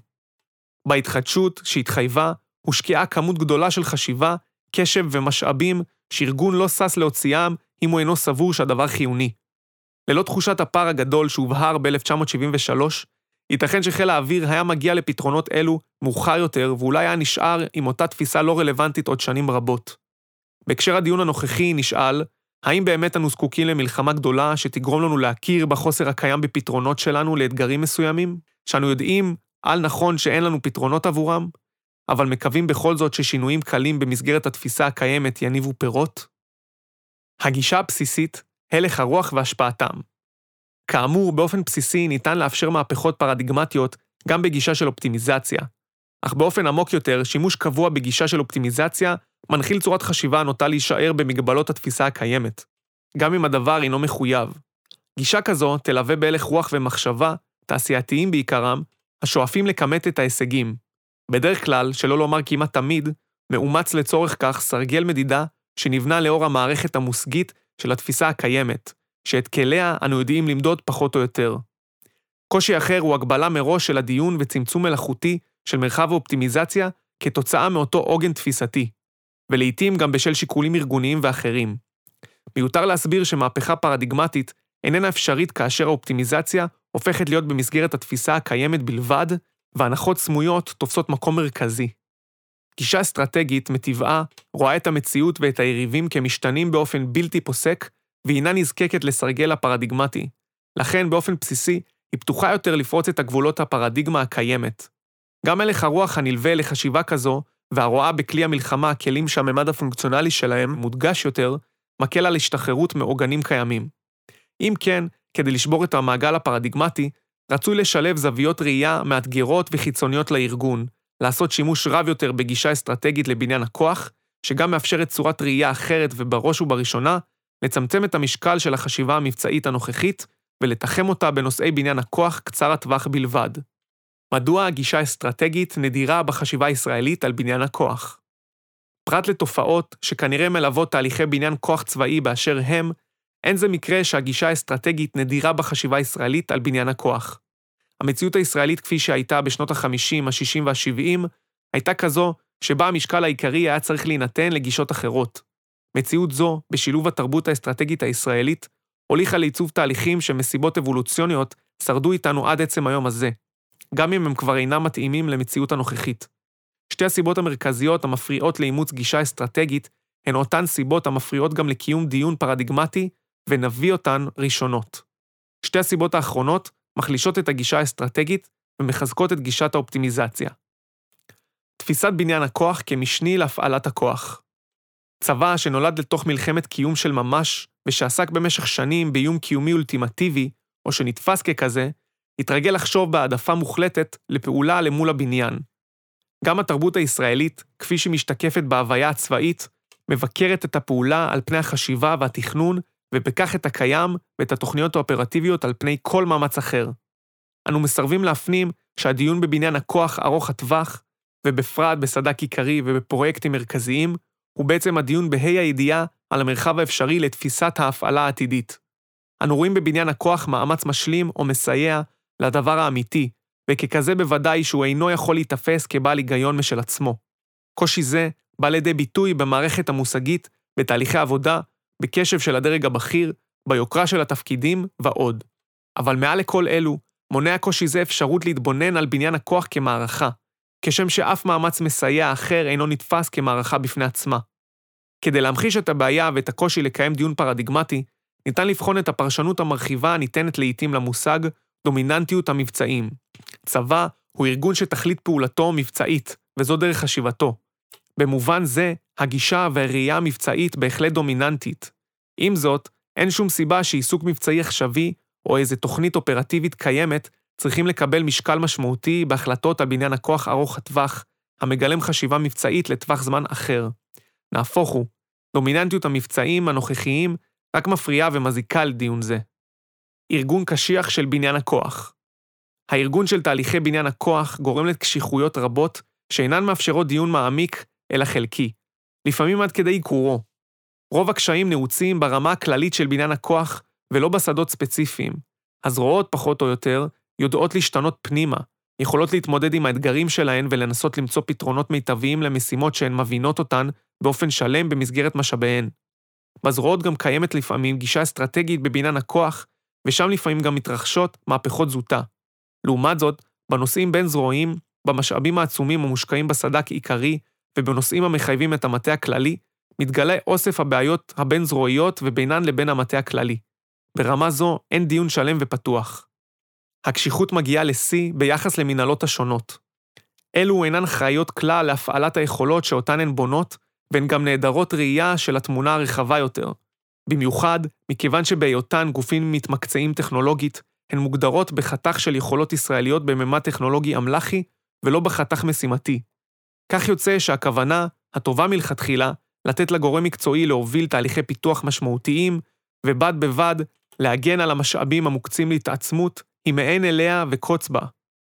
בהתחדשות שהתחייבה, הושקעה כמות גדולה של חשיבה, קשב ומשאבים שארגון לא סס להוציאם אם הוא אינו סבור שהדבר חיוני. ללא תחושת הפער הגדול שהובהר ב-אלף תשע מאות שבעים ושלוש, ייתכן שחיל האוויר היה מגיע לפתרונות אלו מאוחר יותר ואולי היה נשאר עם אותה תפיסה לא רלוונטית עוד שנים רבות. בהקשר הדיון הנוכחי נשאל, האם באמת אנו זקוקים למלחמה גדולה שתגרום לנו להכיר בחוסר הקיים בפתרונות שלנו לאתגרים מסוימים, שאנו יודעים על נכון שאין לנו פתרונות עבורם, אבל מקווים בכל זאת ששינויים קלים במסגרת התפיסה הקיימת יניבו פירות? הגישה הבסיסית, הלך הרוח והשפעתם. כאמור, באופן בסיסי ניתן לאפשר מהפכות פרדיגמטיות גם בגישה של אופטימיזציה, אך באופן עמוק יותר, שימוש קבוע בגישה של אופטימיזציה מנחיל צורת חשיבה הנוטה להישאר במגבלות התפיסה הקיימת, גם אם הדבר אינו מחויב. גישה כזו תלווה בהלך רוח ומחשבה, תעשייתיים בעיקרם, השואפים לכמת את ההישגים. בדרך כלל, שלא לומר כמעט תמיד, מאומץ לצורך כך סרגל מדידה שנבנה לאור המערכת המושגית של התפיסה הקיימת, שאת כליה אנו יודעים למדוד פחות או יותר. קושי אחר הוא הגבלה מראש של הדיון וצמצום מלאכותי של מרחב האופטימיזציה כתוצאה מאותו עוגן תפיסתי, ולעיתים גם בשל שיקולים ארגוניים ואחרים. מיותר להסביר שמהפכה פרדיגמטית איננה אפשרית כאשר האופטימיזציה הופכת להיות במסגרת התפיסה הקיימת בלבד, והנחות סמויות תופסות מקום מרכזי. גישה אסטרטגית מטבעה רואה את המציאות ואת היריבים כמשתנים באופן בלתי פוסק, והינה נזקקת לסרגל הפרדיגמטי. לכן באופן בסיסי היא פתוחה יותר לפרוץ את הגבולות הפרדיגמה הקיימת. גם הלך הרוח הנלווה לחשיבה כזו והרואה בכלי המלחמה כלים שהממד הפונקציונלי שלהם מודגש יותר, מקל על השתחררות מעוגנים קיימים. אם כן, כדי לשבור את המעגל הפרדיגמטי, רצוי לשלב זוויות ראייה מאתגרות וחיצוניות לארגון, לעשות שימוש רב יותר בגישה אסטרטגית לבניין הכוח, שגם מאפשרת צורת ראייה אחרת ובראש ובראשונה, לצמצם את המשקל של החשיבה המבצעית הנוכחית, ולתחם אותה בנושאי בניין הכוח קצר הטווח בלבד. מדוע הגישה האסטרטגית נדירה בחשיבה הישראלית על בניין הכוח? פרט לתופעות שכנראה מלוות תהליכי בניין כוח צבאי באשר הם, אין זה מקרה שהגישה האסטרטגית נדירה בחשיבה הישראלית על בניין הכוח. המציאות הישראלית כפי שהייתה בשנות ה-חמישים, ה-שישים וה-שבעים, הייתה כזו שבה המשקל העיקרי היה צריך להינתן לגישות אחרות. מציאות זו, בשילוב התרבות האסטרטגית הישראלית, הוליכה לעיצוב תהליכים שמסיבות אבולוציוניות שרדו איתנו עד עצם היום הזה, גם אם הם כבר אינם מתאימים למציאות הנוכחית. שתי הסיבות המרכזיות המפריעות לאימוץ גישה אסטרטגית הן אותן סיבות המפריעות גם לקיום דיון פרדיגמטי ונביא אותן ראשונות. שתי הסיבות האחרונות מחלישות את הגישה האסטרטגית ומחזקות את גישת האופטימיזציה. תפיסת בניין הכוח כמשני להפעלת הכוח. צבא שנולד לתוך מלחמת קיום של ממש ושעסק במשך שנים באיום קיומי אולטימטיבי, או שנתפס ככזה, התרגל לחשוב בהעדפה מוחלטת לפעולה למול הבניין. גם התרבות הישראלית, כפי שמשתקפת בהוויה הצבאית, מבקרת את הפעולה על פני החשיבה והתכנון, ובכך את הקיים ואת התוכניות האופרטיביות על פני כל מאמץ אחר. אנו מסרבים להפנים שהדיון בבניין הכוח ארוך הטווח, ובפרט בסד"כ עיקרי ובפרויקטים מרכזיים, הוא בעצם הדיון בה"א הידיעה על המרחב האפשרי לתפיסת ההפעלה העתידית. אנו רואים בבניין הכוח מאמץ משלים או מסייע לדבר האמיתי, וככזה בוודאי שהוא אינו יכול להתאפס כבעל היגיון משל עצמו. קושי זה בא לידי ביטוי במערכת המושגית, בתהליכי עבודה, בקשב של הדרג הבכיר, ביוקרה של התפקידים ועוד. אבל מעל לכל אלו, מונע קושי זה אפשרות להתבונן על בניין הכוח כמערכה, כשם שאף מאמץ מסייע אחר אינו נתפס כמערכה בפני עצמה. כדי להמחיש את הבעיה ואת הקושי לקיים דיון פרדיגמטי, ניתן לבחון את הפרשנות המרחיבה הניתנת לעתים למושג דומיננטיות המבצעים. צבא הוא ארגון שתכלית פעולתו מבצעית, וזו דרך חשיבתו. במובן זה, הגישה והראייה המבצעית בהחלט דומיננטית. עם זאת, אין שום סיבה שעיסוק מבצעי עכשווי או איזו תוכנית אופרטיבית קיימת צריכים לקבל משקל משמעותי בהחלטות על בניין הכוח ארוך הטווח, המגלם חשיבה מבצעית לטווח זמן אחר. נהפוך הוא, דומיננטיות המבצעים הנוכחיים רק מפריעה ומזיקה לדיון זה. ארגון קשיח של בניין הכוח. הארגון של תהליכי בניין הכוח גורם לקשיחויות רבות שאינן מאפשרות דיון מעמיק אלא חלקי, לפעמים עד כדי עיקורו. רוב הקשיים נעוצים ברמה הכללית של בניין הכוח ולא בשדות ספציפיים. הזרועות פחות או יותר יודעות להשתנות פנימה, יכולות להתמודד עם האתגרים שלהן ולנסות למצוא פתרונות מיטביים למשימות שהן מבינות אותן באופן שלם במסגרת משאביהן. בזרועות גם קיימת לפעמים גישה אסטרטגית בבניין הכוח, ושם לפעמים גם מתרחשות מהפכות זוטה. לעומת זאת, בנושאים בין זרועיים, במשאבים העצומים המושקעים בסד"כ עיקרי ובנושאים המחייבים את המטה הכללי, מתגלה אוסף הבעיות הבין זרועיות ובינן לבין המטה הכללי. ברמה זו אין דיון שלם ופתוח. הקשיחות מגיעה לשיא ביחס למנהלות השונות. אלו אינן חיות כלל להפעלת היכולות שאותן הן בונות, והן גם נעדרות ראייה של התמונה הרחבה יותר. במיוחד, מכיוון שבהיותן גופים מתמקצעים טכנולוגית, הן מוגדרות בחתך של יכולות ישראליות בממד טכנולוגי אמלכי, ולא בחתך משימתי. כך יוצא שהכוונה, הטובה מלכתחילה, לתת לגורם מקצועי להוביל תהליכי פיתוח משמעותיים, ובד בבד להגן על המשאבים המוקצים להתעצמות, היא מעין אליה וקוץ בה.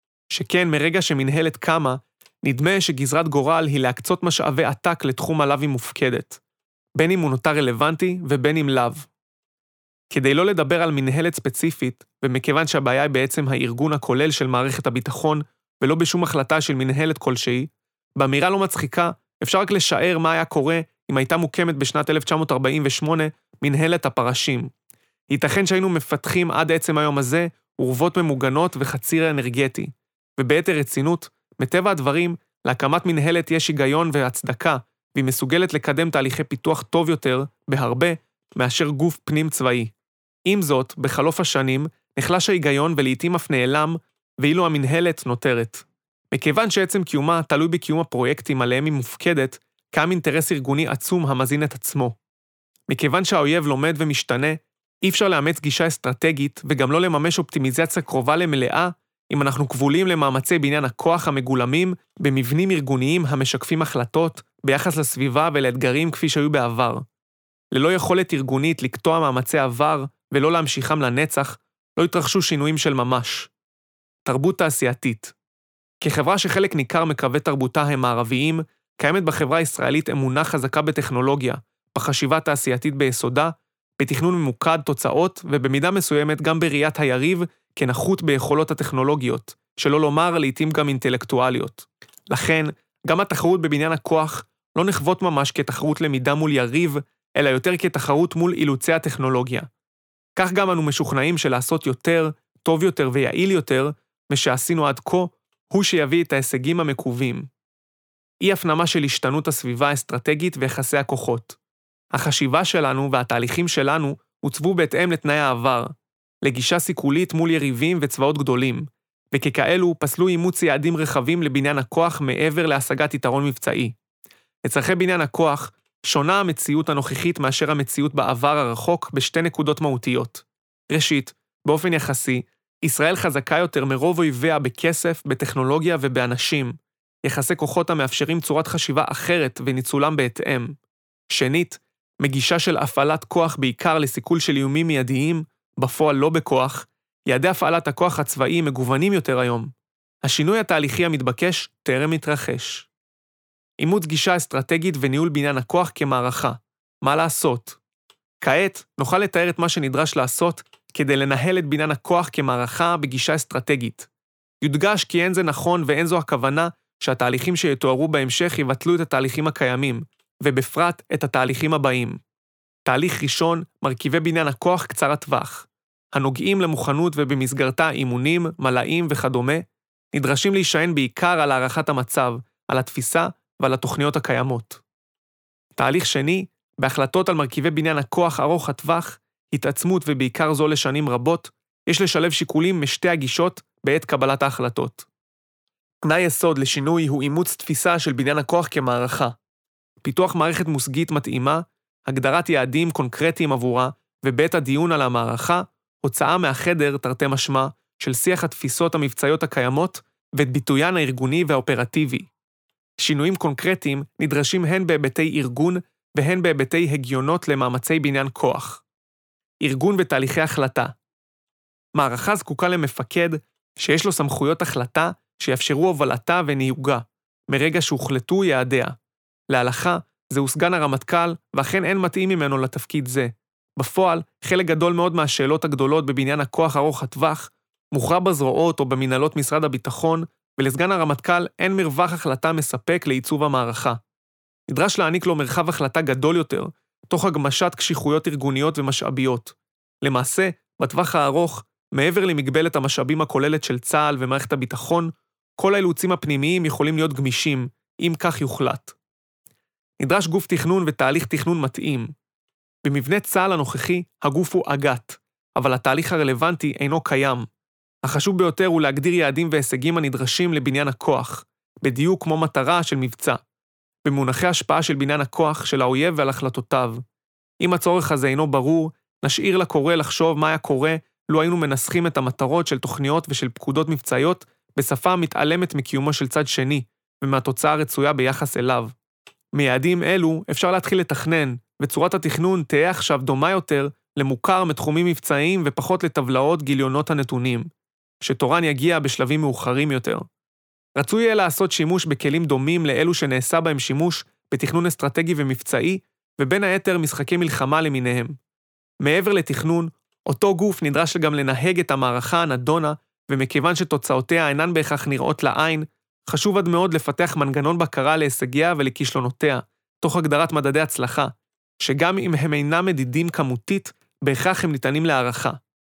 שכן מרגע שמנהלת קמה, נדמה שגזרת גורל היא להקצות משאבי עתק לתחום עליו היא מופקדת, בין אם הוא נותר רלוונטי ובין אם לאו. כדי לא לדבר על מנהלת ספציפית, ומכיוון שהבעיה היא בעצם הארגון הכולל של מערכת הביטחון, ולא בשום החלטה של מנהלת כלשהי, באמירה לא מצחיקה, אפשר רק לשער מה היה קורה אם הייתה מוקמת בשנת אלף תשע מאות ארבעים ושמונה מנהלת הפרשים. ייתכן שהיינו מפתחים עד עצם היום הזה עורבות ממוגנות וחציר אנרגטי, וביתר רצינות, מטבע הדברים, להקמת מנהלת יש היגיון והצדקה, והיא מסוגלת לקדם תהליכי פיתוח טוב יותר, בהרבה, מאשר גוף פנים צבאי. עם זאת, בחלוף השנים, נחלש ההיגיון ולעיתים אף נעלם, ואילו המנהלת נותרת. מכיוון שעצם קיומה תלוי בקיום הפרויקטים עליהם היא מופקדת, קיים אינטרס ארגוני עצום המזין את עצמו. מכיוון שהאויב לומד ומשתנה, אי אפשר לאמץ גישה אסטרטגית וגם לא לממש אופטימיזציה קרובה למלאה, אם אנחנו כבולים למאמצי בניין הכוח המגולמים במבנים ארגוניים המשקפים החלטות ביחס לסביבה ולאתגרים כפי שהיו בעבר. ללא יכולת ארגונית לקטוע מאמצי עבר ולא להמשיכם לנצח, לא יתרחשו שינויים של ממש. תרבות תעשייתית. כחברה שחלק ניכר מקווי תרבותה הם מערביים, קיימת בחברה הישראלית אמונה חזקה בטכנולוגיה, בחשיבה תעשייתית ביסודה, בתכנון ממוקד תוצאות ובמידה מסוימת גם בראיית היריב כנחות ביכולות הטכנולוגיות, שלא לומר לעתים גם אינטלקטואליות. לכן, גם התחרות בבניין הכוח לא נחוות ממש כתחרות למידה מול יריב, אלא יותר כתחרות מול אילוצי הטכנולוגיה. כך גם אנו משוכנעים שלעשות יותר, טוב יותר ויעיל יותר, משעשינו עד כה, הוא שיביא את ההישגים המקווים. אי הפנמה של השתנות הסביבה האסטרטגית ויחסי הכוחות. החשיבה שלנו והתהליכים שלנו הוצבו בהתאם לתנאי העבר, לגישה סיכולית מול יריבים וצבאות גדולים, וככאלו פסלו אימוץ יעדים רחבים לבניין הכוח מעבר להשגת יתרון מבצעי. לצרכי בניין הכוח, שונה המציאות הנוכחית מאשר המציאות בעבר הרחוק בשתי נקודות מהותיות. ראשית, באופן יחסי, ישראל חזקה יותר מרוב אויביה בכסף, בטכנולוגיה ובאנשים, יחסי כוחות המאפשרים צורת חשיבה אחרת וניצולם בהתאם. שנית, מגישה של הפעלת כוח בעיקר לסיכול של איומים מיידיים, בפועל לא בכוח, יעדי הפעלת הכוח הצבאי מגוונים יותר היום. השינוי התהליכי המתבקש טרם מתרחש. אימוץ גישה אסטרטגית וניהול בניין הכוח כמערכה. מה לעשות? כעת נוכל לתאר את מה שנדרש לעשות כדי לנהל את בניין הכוח כמערכה בגישה אסטרטגית. יודגש כי אין זה נכון ואין זו הכוונה שהתהליכים שיתוארו בהמשך יבטלו את התהליכים הקיימים, ובפרט את התהליכים הבאים. תהליך ראשון, מרכיבי בניין הכוח קצר הטווח. הנוגעים למוכנות ובמסגרתה אימונים, מלאים וכדומה, נדרשים להישען בעיקר על הערכת המצב, על התפיסה ועל התוכניות הקיימות. תהליך שני, בהחלטות על מרכיבי בניין הכוח ארוך הטווח, התעצמות ובעיקר זו לשנים רבות, יש לשלב שיקולים משתי הגישות בעת קבלת ההחלטות. תנאי יסוד לשינוי הוא אימוץ תפיסה של בניין הכוח כמערכה. פיתוח מערכת מושגית מתאימה, הגדרת יעדים קונקרטיים עבורה, ובעת הדיון על המערכה, הוצאה מהחדר תרתי משמע של שיח התפיסות המבצעיות הקיימות, ואת ביטוין הארגוני והאופרטיבי. שינויים קונקרטיים נדרשים הן בהיבטי ארגון, והן בהיבטי הגיונות למאמצי בניין כוח. ארגון ותהליכי החלטה. מערכה זקוקה למפקד שיש לו סמכויות החלטה שיאפשרו הובלתה וניוגה, מרגע שהוחלטו יעדיה. להלכה, זהו סגן הרמטכ"ל, ואכן אין מתאים ממנו לתפקיד זה. בפועל, חלק גדול מאוד מהשאלות הגדולות בבניין הכוח ארוך הטווח, מוכרע בזרועות או במנהלות משרד הביטחון, ולסגן הרמטכ"ל אין מרווח החלטה מספק לעיצוב המערכה. נדרש להעניק לו מרחב החלטה גדול יותר, תוך הגמשת קשיחויות ארגוניות ומשאביות. למעשה, בטווח הארוך, מעבר למגבלת המשאבים הכוללת של צה"ל ומערכת הביטחון, כל האילוצים הפנימיים יכולים להיות גמישים, אם כך יוחלט. נדרש גוף תכנון ותהליך תכנון מתאים. במבנה צה"ל הנוכחי, הגוף הוא אג"ת, אבל התהליך הרלוונטי אינו קיים. החשוב ביותר הוא להגדיר יעדים והישגים הנדרשים לבניין הכוח, בדיוק כמו מטרה של מבצע, במונחי השפעה של בניין הכוח של האויב ועל החלטותיו. אם הצורך הזה אינו ברור, נשאיר לקורא לחשוב מה היה קורה לו היינו מנסחים את המטרות של תוכניות ושל פקודות מבצעיות בשפה המתעלמת מקיומו של צד שני, ומהתוצאה הרצויה ביחס אליו. מיעדים אלו אפשר להתחיל לתכנן, וצורת התכנון תהיה עכשיו דומה יותר למוכר מתחומים מבצעיים ופחות לטבלאות גיליונות הנתונים, שתורן יגיע בשלבים מאוחרים יותר. רצוי יהיה לעשות שימוש בכלים דומים לאלו שנעשה בהם שימוש בתכנון אסטרטגי ומבצעי, ובין היתר משחקי מלחמה למיניהם. מעבר לתכנון, אותו גוף נדרש גם לנהג את המערכה הנדונה, ומכיוון שתוצאותיה אינן בהכרח נראות לעין, חשוב עד מאוד לפתח מנגנון בקרה להישגיה ולכישלונותיה, תוך הגדרת מדדי הצלחה, שגם אם הם אינם מדידים כמותית, בהכרח הם ניתנים להערכה.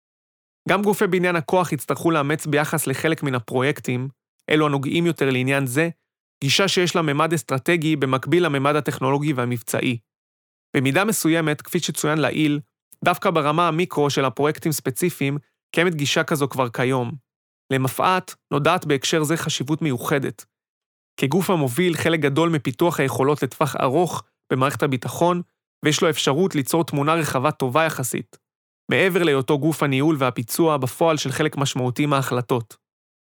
גם גופי בניין הכוח יצטרכו לאמץ ביחס לחלק מן הפרויקטים, אלו הנוגעים יותר לעניין זה, גישה שיש לה ממד אסטרטגי במקביל לממד הטכנולוגי והמבצעי. במידה מסוימת, כפי שצוין לעיל, דווקא ברמה המיקרו של הפרויקטים ספציפיים, קיימת גישה כזו כבר כיום. למפעת נודעת בהקשר זה חשיבות מיוחדת. כגוף המוביל חלק גדול מפיתוח היכולות לטווח ארוך במערכת הביטחון, ויש לו אפשרות ליצור תמונה רחבה טובה יחסית, מעבר להיותו גוף הניהול והפיצוע בפועל של חלק משמעותי מההחלטות.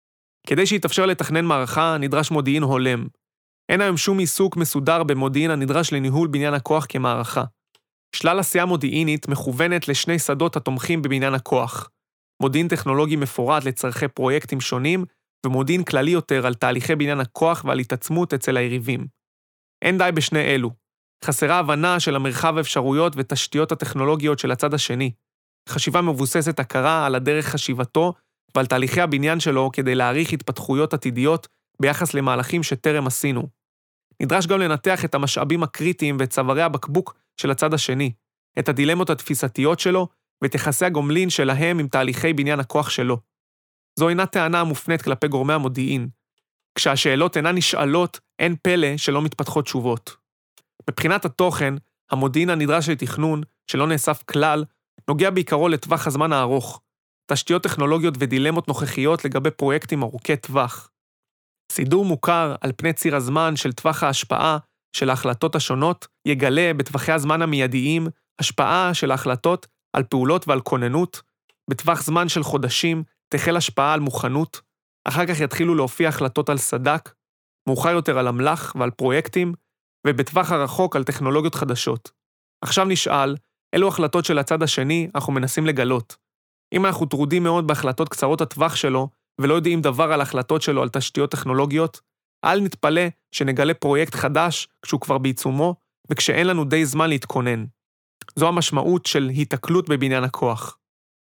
כדי שיתאפשר לתכנן מערכה, נדרש מודיעין הולם. אין היום שום עיסוק מסודר במודיעין הנדרש לניהול בניין הכוח כמערכה. שלל עשייה מודיעינית מכוונת לשני שדות התומכים בבניין הכוח. מודיעין טכנולוגי מפורט לצרכי פרויקטים שונים, ומודיעין כללי יותר על תהליכי בניין הכוח ועל התעצמות אצל היריבים. אין די בשני אלו. חסרה הבנה של המרחב האפשרויות ותשתיות הטכנולוגיות של הצד השני. חשיבה מבוססת הכרה על הדרך חשיבתו ועל תהליכי הבניין שלו כדי להעריך התפתחויות עתידיות ביחס למהלכים שטרם עשינו. נדרש גם לנתח את המשאבים הקריטיים ואת צווארי הבקבוק של הצד השני, את הדילמות התפיסתיות שלו ואת יחסי הגומלין שלהם עם תהליכי בניין הכוח שלו. זו אינה טענה מופנית כלפי גורמי המודיעין. כשהשאלות אינן נשאלות, אין פלא שלא מתפתחות תשובות. מבחינת התוכן, המודיעין הנדרש לתכנון, שלא נאסף כלל, נוגע בעיקרו לטווח הזמן הארוך, תשתיות טכנולוגיות ודילמות נוכחיות לגבי פרויקטים ארוכי טווח. סידור מוכר על פני ציר הזמן של טווח ההשפעה של ההחלטות השונות, יגלה בטווחי הזמן המיידיים השפעה של ההחלטות על פעולות ועל כוננות, בטווח זמן של חודשים תחל השפעה על מוכנות, אחר כך יתחילו להופיע החלטות על סדק, מאוחר יותר על המלח ועל פרויקטים, ובטווח הרחוק על טכנולוגיות חדשות. עכשיו נשאל, אילו החלטות של הצד השני אנחנו מנסים לגלות. אם אנחנו טרודים מאוד בהחלטות קצרות הטווח שלו, ולא יודעים דבר על החלטות שלו על תשתיות טכנולוגיות, אל נתפלא שנגלה פרויקט חדש כשהוא כבר בעיצומו, וכשאין לנו די זמן להתכונן. זו המשמעות של התקלות בבניין הכוח.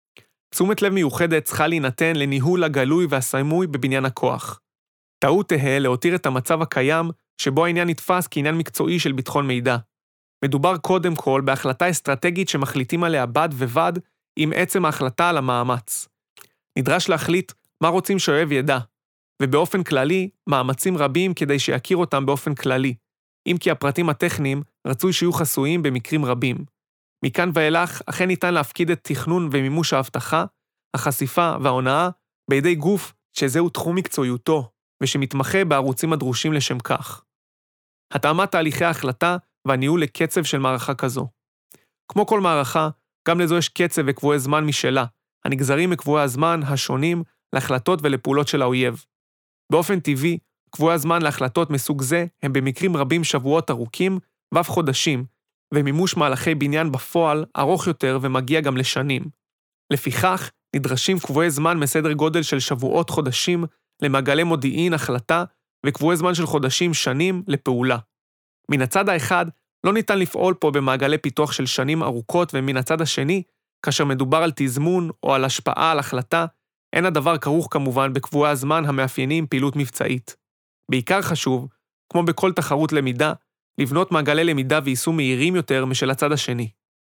תשומת לב מיוחדת צריכה להינתן לניהול הגלוי והסמוי בבניין הכוח. טעות תהא להותיר את המצב הקיים שבו העניין נתפס כעניין מקצועי של ביטחון מידע. מדובר קודם כל בהחלטה אסטרטגית שמחליטים עליה בד ובד עם עצם ההחלטה על המאמץ. נדרש להחליט מה רוצים שהאויב ידע, ובאופן כללי מאמצים רבים כדי שיכיר אותם באופן כללי, אם כי הפרטים הטכניים רצוי שיהיו חסויים במקרים רבים. מכאן ואילך אכן ניתן להפקיד את תכנון ומימוש ההבטחה, החשיפה וההונאה בידי גוף שזהו תחום מקצועיותו, ושמתמחה בערוצים הדרושים לשם כך. התאמת תהליכי ההחלטה והניהול לקצב של מערכה כזו. כמו כל מערכה, גם לזו יש קצב וקבועי זמן משלה, הנגזרים מקבועי הזמן השונים להחלטות ולפעולות של האויב. באופן טבעי, קבועי הזמן להחלטות מסוג זה הם במקרים רבים שבועות ארוכים ואף חודשים, ומימוש מהלכי בניין בפועל ארוך יותר ומגיע גם לשנים. לפיכך, נדרשים קבועי זמן מסדר גודל של שבועות חודשים למעגלי מודיעין החלטה, וקבועי זמן של חודשים שנים לפעולה. מן הצד האחד, לא ניתן לפעול פה במעגלי פיתוח של שנים ארוכות, ומן הצד השני, כאשר מדובר על תזמון או על השפעה על החלטה, אין הדבר כרוך כמובן בקבועי הזמן המאפיינים פעילות מבצעית. בעיקר חשוב, כמו בכל תחרות למידה, לבנות מעגלי למידה ויישום מהירים יותר משל הצד השני.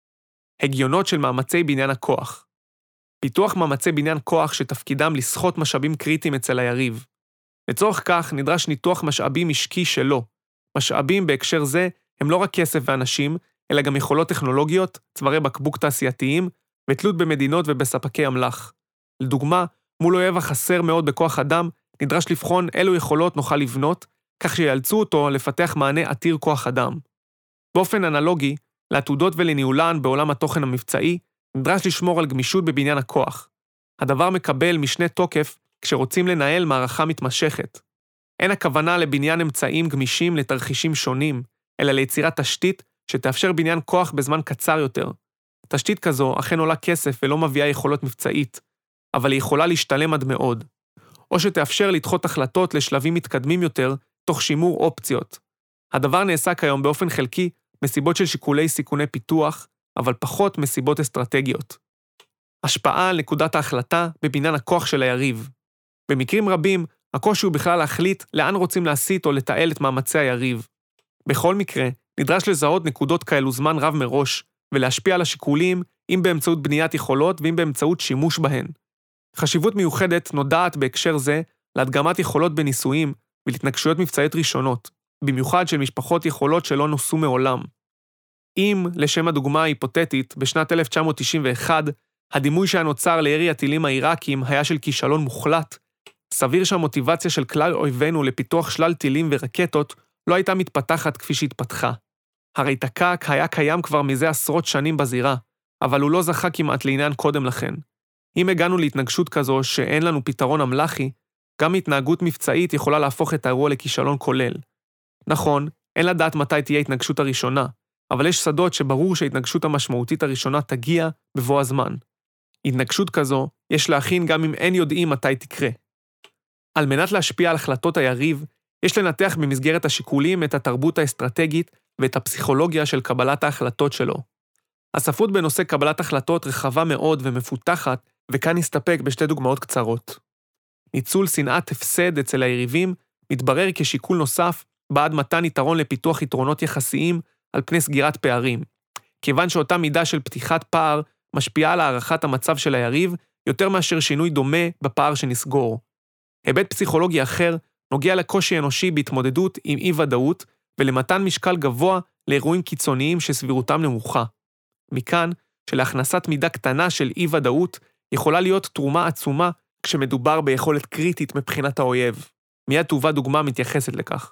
הגיונות של מאמצי בניין הכוח. פיתוח מאמצי בניין כוח שתפקידם לסחוט משאבים קריטיים אצל היריב. לצורך כך נדרש ניתוח משאבים משקי שלו. משאבים בהקשר זה הם לא רק כסף ואנשים, אלא גם יכולות טכנולוגיות, צווארי בקבוק תעשייתיים, ותלות במדינות ובספקי המלח. לדוגמה, מול אויב החסר מאוד בכוח אדם, נדרש לבחון אילו יכולות נוכל לבנות, כך שיאלצו אותו לפתח מענה עתיר כוח אדם. באופן אנלוגי, לעתודות ולניהולן בעולם התוכן המבצעי, נדרש לשמור על גמישות בבניין הכוח. הדבר מקבל משנה תוקף כשרוצים לנהל מערכה מתמשכת. אין הכוונה לבניין אמצעים גמישים לתרחישים שונים, אלא ליצירת תשתית שתאפשר בניין כוח בזמן קצר יותר. תשתית כזו אכן עולה כסף ולא מביאה יכולות מבצעית, אבל היא יכולה להשתלם עד מאוד. או שתאפשר לדחות החלטות לשלבים מתקדמים יותר, תוך שימור אופציות. הדבר נעשה כיום באופן חלקי מסיבות של שיקולי סיכוני פיתוח, אבל פחות מסיבות אסטרטגיות. השפעה על נקודת ההחלטה בבניין הכוח של היריב. במקרים רבים, הקושי הוא בכלל להחליט לאן רוצים להסיט או לתעל את מאמצי היריב. בכל מקרה, נדרש לזהות נקודות כאלו זמן רב מראש, ולהשפיע על השיקולים אם באמצעות בניית יכולות ואם באמצעות שימוש בהן. חשיבות מיוחדת נודעת בהקשר זה להדגמת יכולות בניסויים ולהתנגשויות מבצעיות ראשונות, במיוחד של משפחות יכולות שלא נוסו מעולם. אם, לשם הדוגמה ההיפותטית, בשנת אלף תשע מאות תשעים ואחת, הדימוי שהנוצר לירי הטילים העיראקים היה של כישלון מוחלט, סביר שהמוטיבציה של כלל אויבינו לפיתוח שלל טילים ורקטות לא הייתה מתפתחת כפי שהתפתחה. הרי תק"ק היה קיים כבר מזה עשרות שנים בזירה, אבל הוא לא זכה כמעט לעניין קודם לכן. אם הגענו להתנגשות כזו שאין לנו פתרון אמל"חי, גם התנהגות מבצעית יכולה להפוך את האירוע לכישלון כולל. נכון, אין לדעת מתי תהיה התנגשות הראשונה, אבל יש שדות שברור שההתנגשות המשמעותית הראשונה תגיע בבוא הזמן. התנגשות כזו יש להכין גם אם אין יודעים מתי תקרה. על מנת להשפיע על החלטות היריב, יש לנתח במסגרת השיקולים את התרבות האסטרטגית ואת הפסיכולוגיה של קבלת ההחלטות שלו. הספרות בנושא קבלת החלטות רחבה מאוד ומפותחת, וכאן נסתפק בשתי דוגמאות קצרות. ניצול שנאת הפסד אצל היריבים מתברר כשיקול נוסף בעד מתן יתרון לפיתוח יתרונות יחסיים על פני סגירת פערים, כיוון שאותה מידה של פתיחת פער משפיעה על הערכת המצב של היריב יותר מאשר שינוי דומה בפער שנסגור. היבט פסיכולוגי אחר נוגע לקושי אנושי בהתמודדות עם אי-ודאות ולמתן משקל גבוה לאירועים קיצוניים שסבירותם נמוכה. מכאן שלהכנסת מידה קטנה של אי-ודאות יכולה להיות תרומה עצומה כשמדובר ביכולת קריטית מבחינת האויב. מיד תובא דוגמה מתייחסת לכך.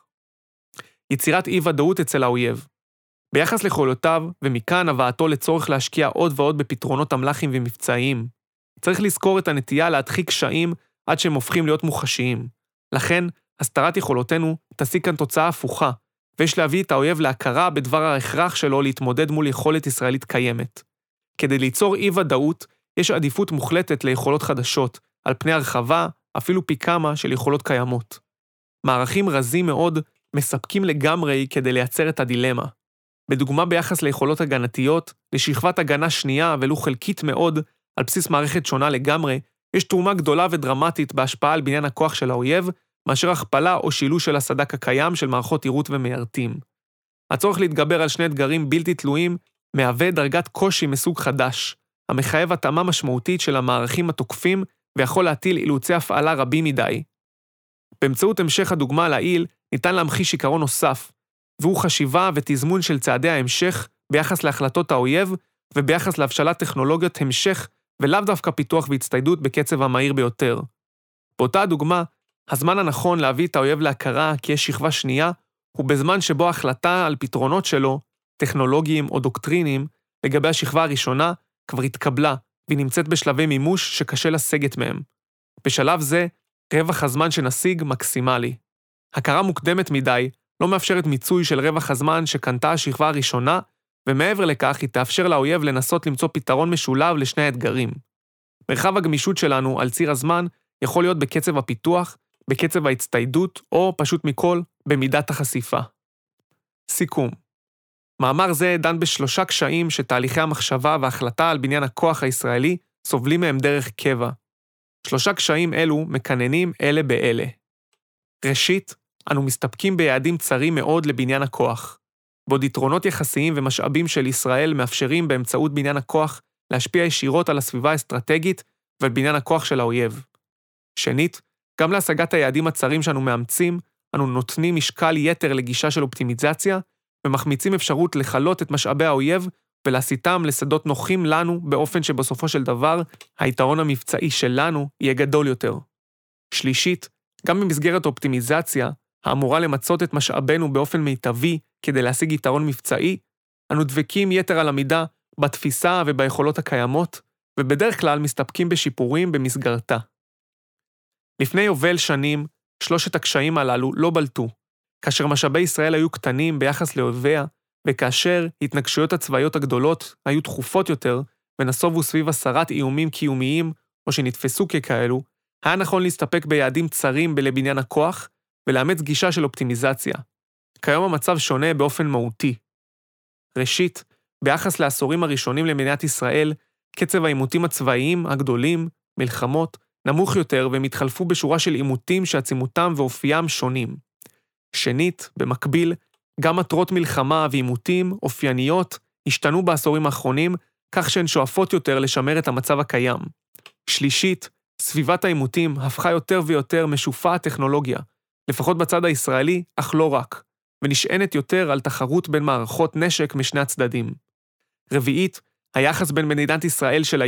יצירת אי-ודאות אצל האויב. ביחס ליכולותיו, ומכאן הבאתו לצורך להשקיע עוד ועוד בפתרונות אמל"חיים ומבצעיים. צריך לזכור את הנטייה להדחיק קשיים עד שהם הופכים להיות מוחשיים. לכן, הסתרת יכולותינו תשיג כאן תוצאה הפוכה, ויש להביא את האויב להכרה בדבר ההכרח שלו להתמודד מול יכולת ישראלית קיימת. כדי ליצור אי-ודאות, יש עדיפות מוחלטת ליכולות חדשות, על פני הרחבה, אפילו פי כמה של יכולות קיימות. מערכים רזים מאוד מספקים לגמרי כדי לייצר את הדילמה. בדוגמה ביחס ליכולות הגנתיות, לשכבת הגנה שנייה ולו חלקית מאוד, על בסיס מערכת שונה לגמרי, יש תרומה גדולה ודרמטית בהשפעה על בניין הכוח של האויב, מאשר הכפלה או שילוש של הסדק הקיים של מערכות עירות ומיירטים. הצורך להתגבר על שני אתגרים בלתי תלויים, מהווה דרגת קושי מסוג חדש, המחייב התאמה משמעותית של המערכים התוקפים, ויכול להטיל אילוצי הפעלה רבים מדי. באמצעות המשך הדוגמה לעיל, ניתן להמחיש עיקרון נוסף, והוא חשיבה ותזמון של צעדי ההמשך ביחס להחלטות האויב, וביחס להבשלת טכנולוגיות המשך, ולאו דווקא פיתוח והצטיידות בקצב המהיר ביותר. באותה הדוגמה, הזמן הנכון להביא את האויב להכרה כי יש שכבה שנייה, הוא בזמן שבו ההחלטה על פתרונות שלו, טכנולוגיים או דוקטרינים, לגבי השכבה הראשונה, כבר התקבלה, והיא נמצאת בשלבי מימוש שקשה לסגת מהם. בשלב זה, רווח הזמן שנשיג מקסימלי. הכרה מוקדמת מדי לא מאפשרת מיצוי של רווח הזמן שקנתה השכבה הראשונה, ומעבר לכך היא תאפשר לאויב לנסות למצוא פתרון משולב לשני האתגרים. מרחב הגמישות שלנו על ציר הזמן יכול להיות בקצב הפיתוח, בקצב ההצטיידות, או פשוט מכל, במידת החשיפה. סיכום. מאמר זה דן בשלושה קשיים שתהליכי המחשבה וההחלטה על בניין הכוח הישראלי סובלים מהם דרך קבע. שלושה קשיים אלו מקננים אלה באלה. ראשית, אנו מסתפקים ביעדים צרים מאוד לבניין הכוח. בעוד יתרונות יחסיים ומשאבים של ישראל מאפשרים באמצעות בניין הכוח להשפיע ישירות על הסביבה האסטרטגית ועל בניין הכוח של האויב. שנית, גם להשגת היעדים הצרים שאנו מאמצים, אנו נותנים משקל יתר לגישה של אופטימיזציה, ומחמיצים אפשרות לחלות את משאבי האויב ולהסיתם לשדות נוחים לנו באופן שבסופו של דבר היתרון המבצעי שלנו יהיה גדול יותר. שלישית, גם במסגרת אופטימיזציה, האמורה למצות את משאבינו באופן מיטבי כדי להשיג יתרון מבצעי, אנו דבקים יתר על המידה בתפיסה וביכולות הקיימות, ובדרך כלל מסתפקים בשיפורים במסגרתה. לפני יובל שנים, שלושת הקשיים הללו לא בלטו, כאשר משאבי ישראל היו קטנים ביחס לאויביה, וכאשר התנגשויות הצבאיות הגדולות היו תכופות יותר, ונסובו סביב הסרת איומים קיומיים, או שנתפסו ככאלו, היה נכון להסתפק ביעדים צרים בלבניין הכוח, ולאמץ גישה של אופטימיזציה. כיום המצב שונה באופן מהותי. ראשית, ביחס לעשורים הראשונים למדינת ישראל, קצב העימותים הצבאיים הגדולים, מלחמות, נמוך יותר והם התחלפו בשורה של עימותים שעצימותם ואופיים שונים. שנית, במקביל, גם מטרות מלחמה ועימותים אופייניות השתנו בעשורים האחרונים, כך שהן שואפות יותר לשמר את המצב הקיים. שלישית, סביבת העימותים הפכה יותר ויותר משופעת טכנולוגיה, לפחות בצד הישראלי, אך לא רק, ונשענת יותר על תחרות בין מערכות נשק משני הצדדים. רביעית, היחס בין מדינת ישראל של היום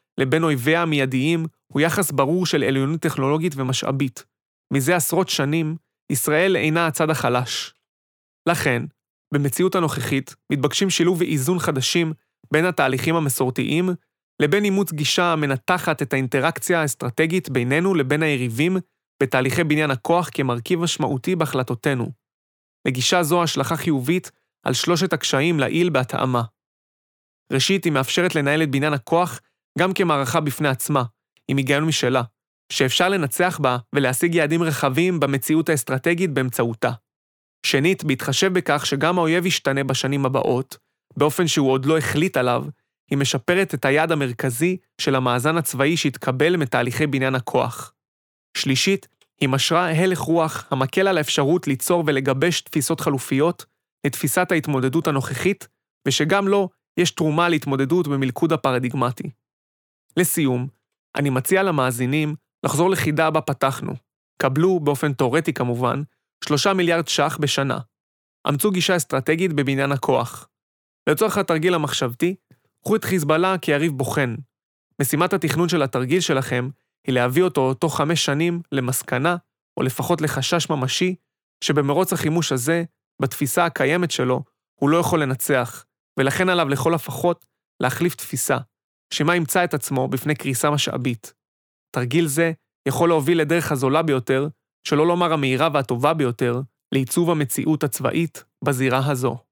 לבין אויביה המיידיים הוא יחס ברור של עליונות טכנולוגית ומשאבית. מזה עשרות שנים, ישראל אינה הצד החלש. לכן, במציאות הנוכחית, מתבקשים שילוב ואיזון חדשים בין התהליכים המסורתיים לבין אימוץ גישה המנתחת את האינטראקציה האסטרטגית בינינו לבין היריבים בתהליכי בניין הכוח כמרכיב משמעותי בהחלטותינו. לגישה זו השלכה חיובית על שלושת הקשיים לעיל בהתאמה. ראשית, היא מאפשרת לנהל את בניין הכוח גם כמערכה בפני עצמה, עם היגיון משלה, שאפשר לנצח בה ולהשיג יעדים רחבים במציאות האסטרטגית באמצעותה. שנית, בהתחשב בכך שגם האויב ישתנה בשנים הבאות, באופן שהוא עוד לא החליט עליו, היא משפרת את היעד המרכזי של המאזן הצבאי שהתקבל מתהליכי בניין הכוח. שלישית, היא משרה הלך רוח המקל על האפשרות ליצור ולגבש תפיסות חלופיות לתפיסת ההתמודדות הנוכחית, ושגם לו יש תרומה להתמודדות במלכוד הפרדיגמטי. לסיום, אני מציע למאזינים לחזור לחידה בה פתחנו. קבלו, באופן תיאורטי כמובן, שלושה מיליארד ש"ח בשנה. אמצו גישה אסטרטגית בבניין הכוח. לצורך התרגיל המחשבתי, קחו את חיזבאללה כיריב בוחן. משימת התכנון של התרגיל שלכם היא להביא אותו תוך חמש שנים למסקנה, או לפחות לחשש ממשי, שבמרוץ החימוש הזה, בתפיסה הקיימת שלו, הוא לא יכול לנצח, ולכן עליו לכל הפחות להחליף תפיסה, שמה ימצא את עצמו בפני קריסה משאבית. תרגיל זה יכול להוביל לדרך הזולה ביותר, שלא לומר המהירה והטובה ביותר, לעיצוב המציאות הצבאית בזירה הזו.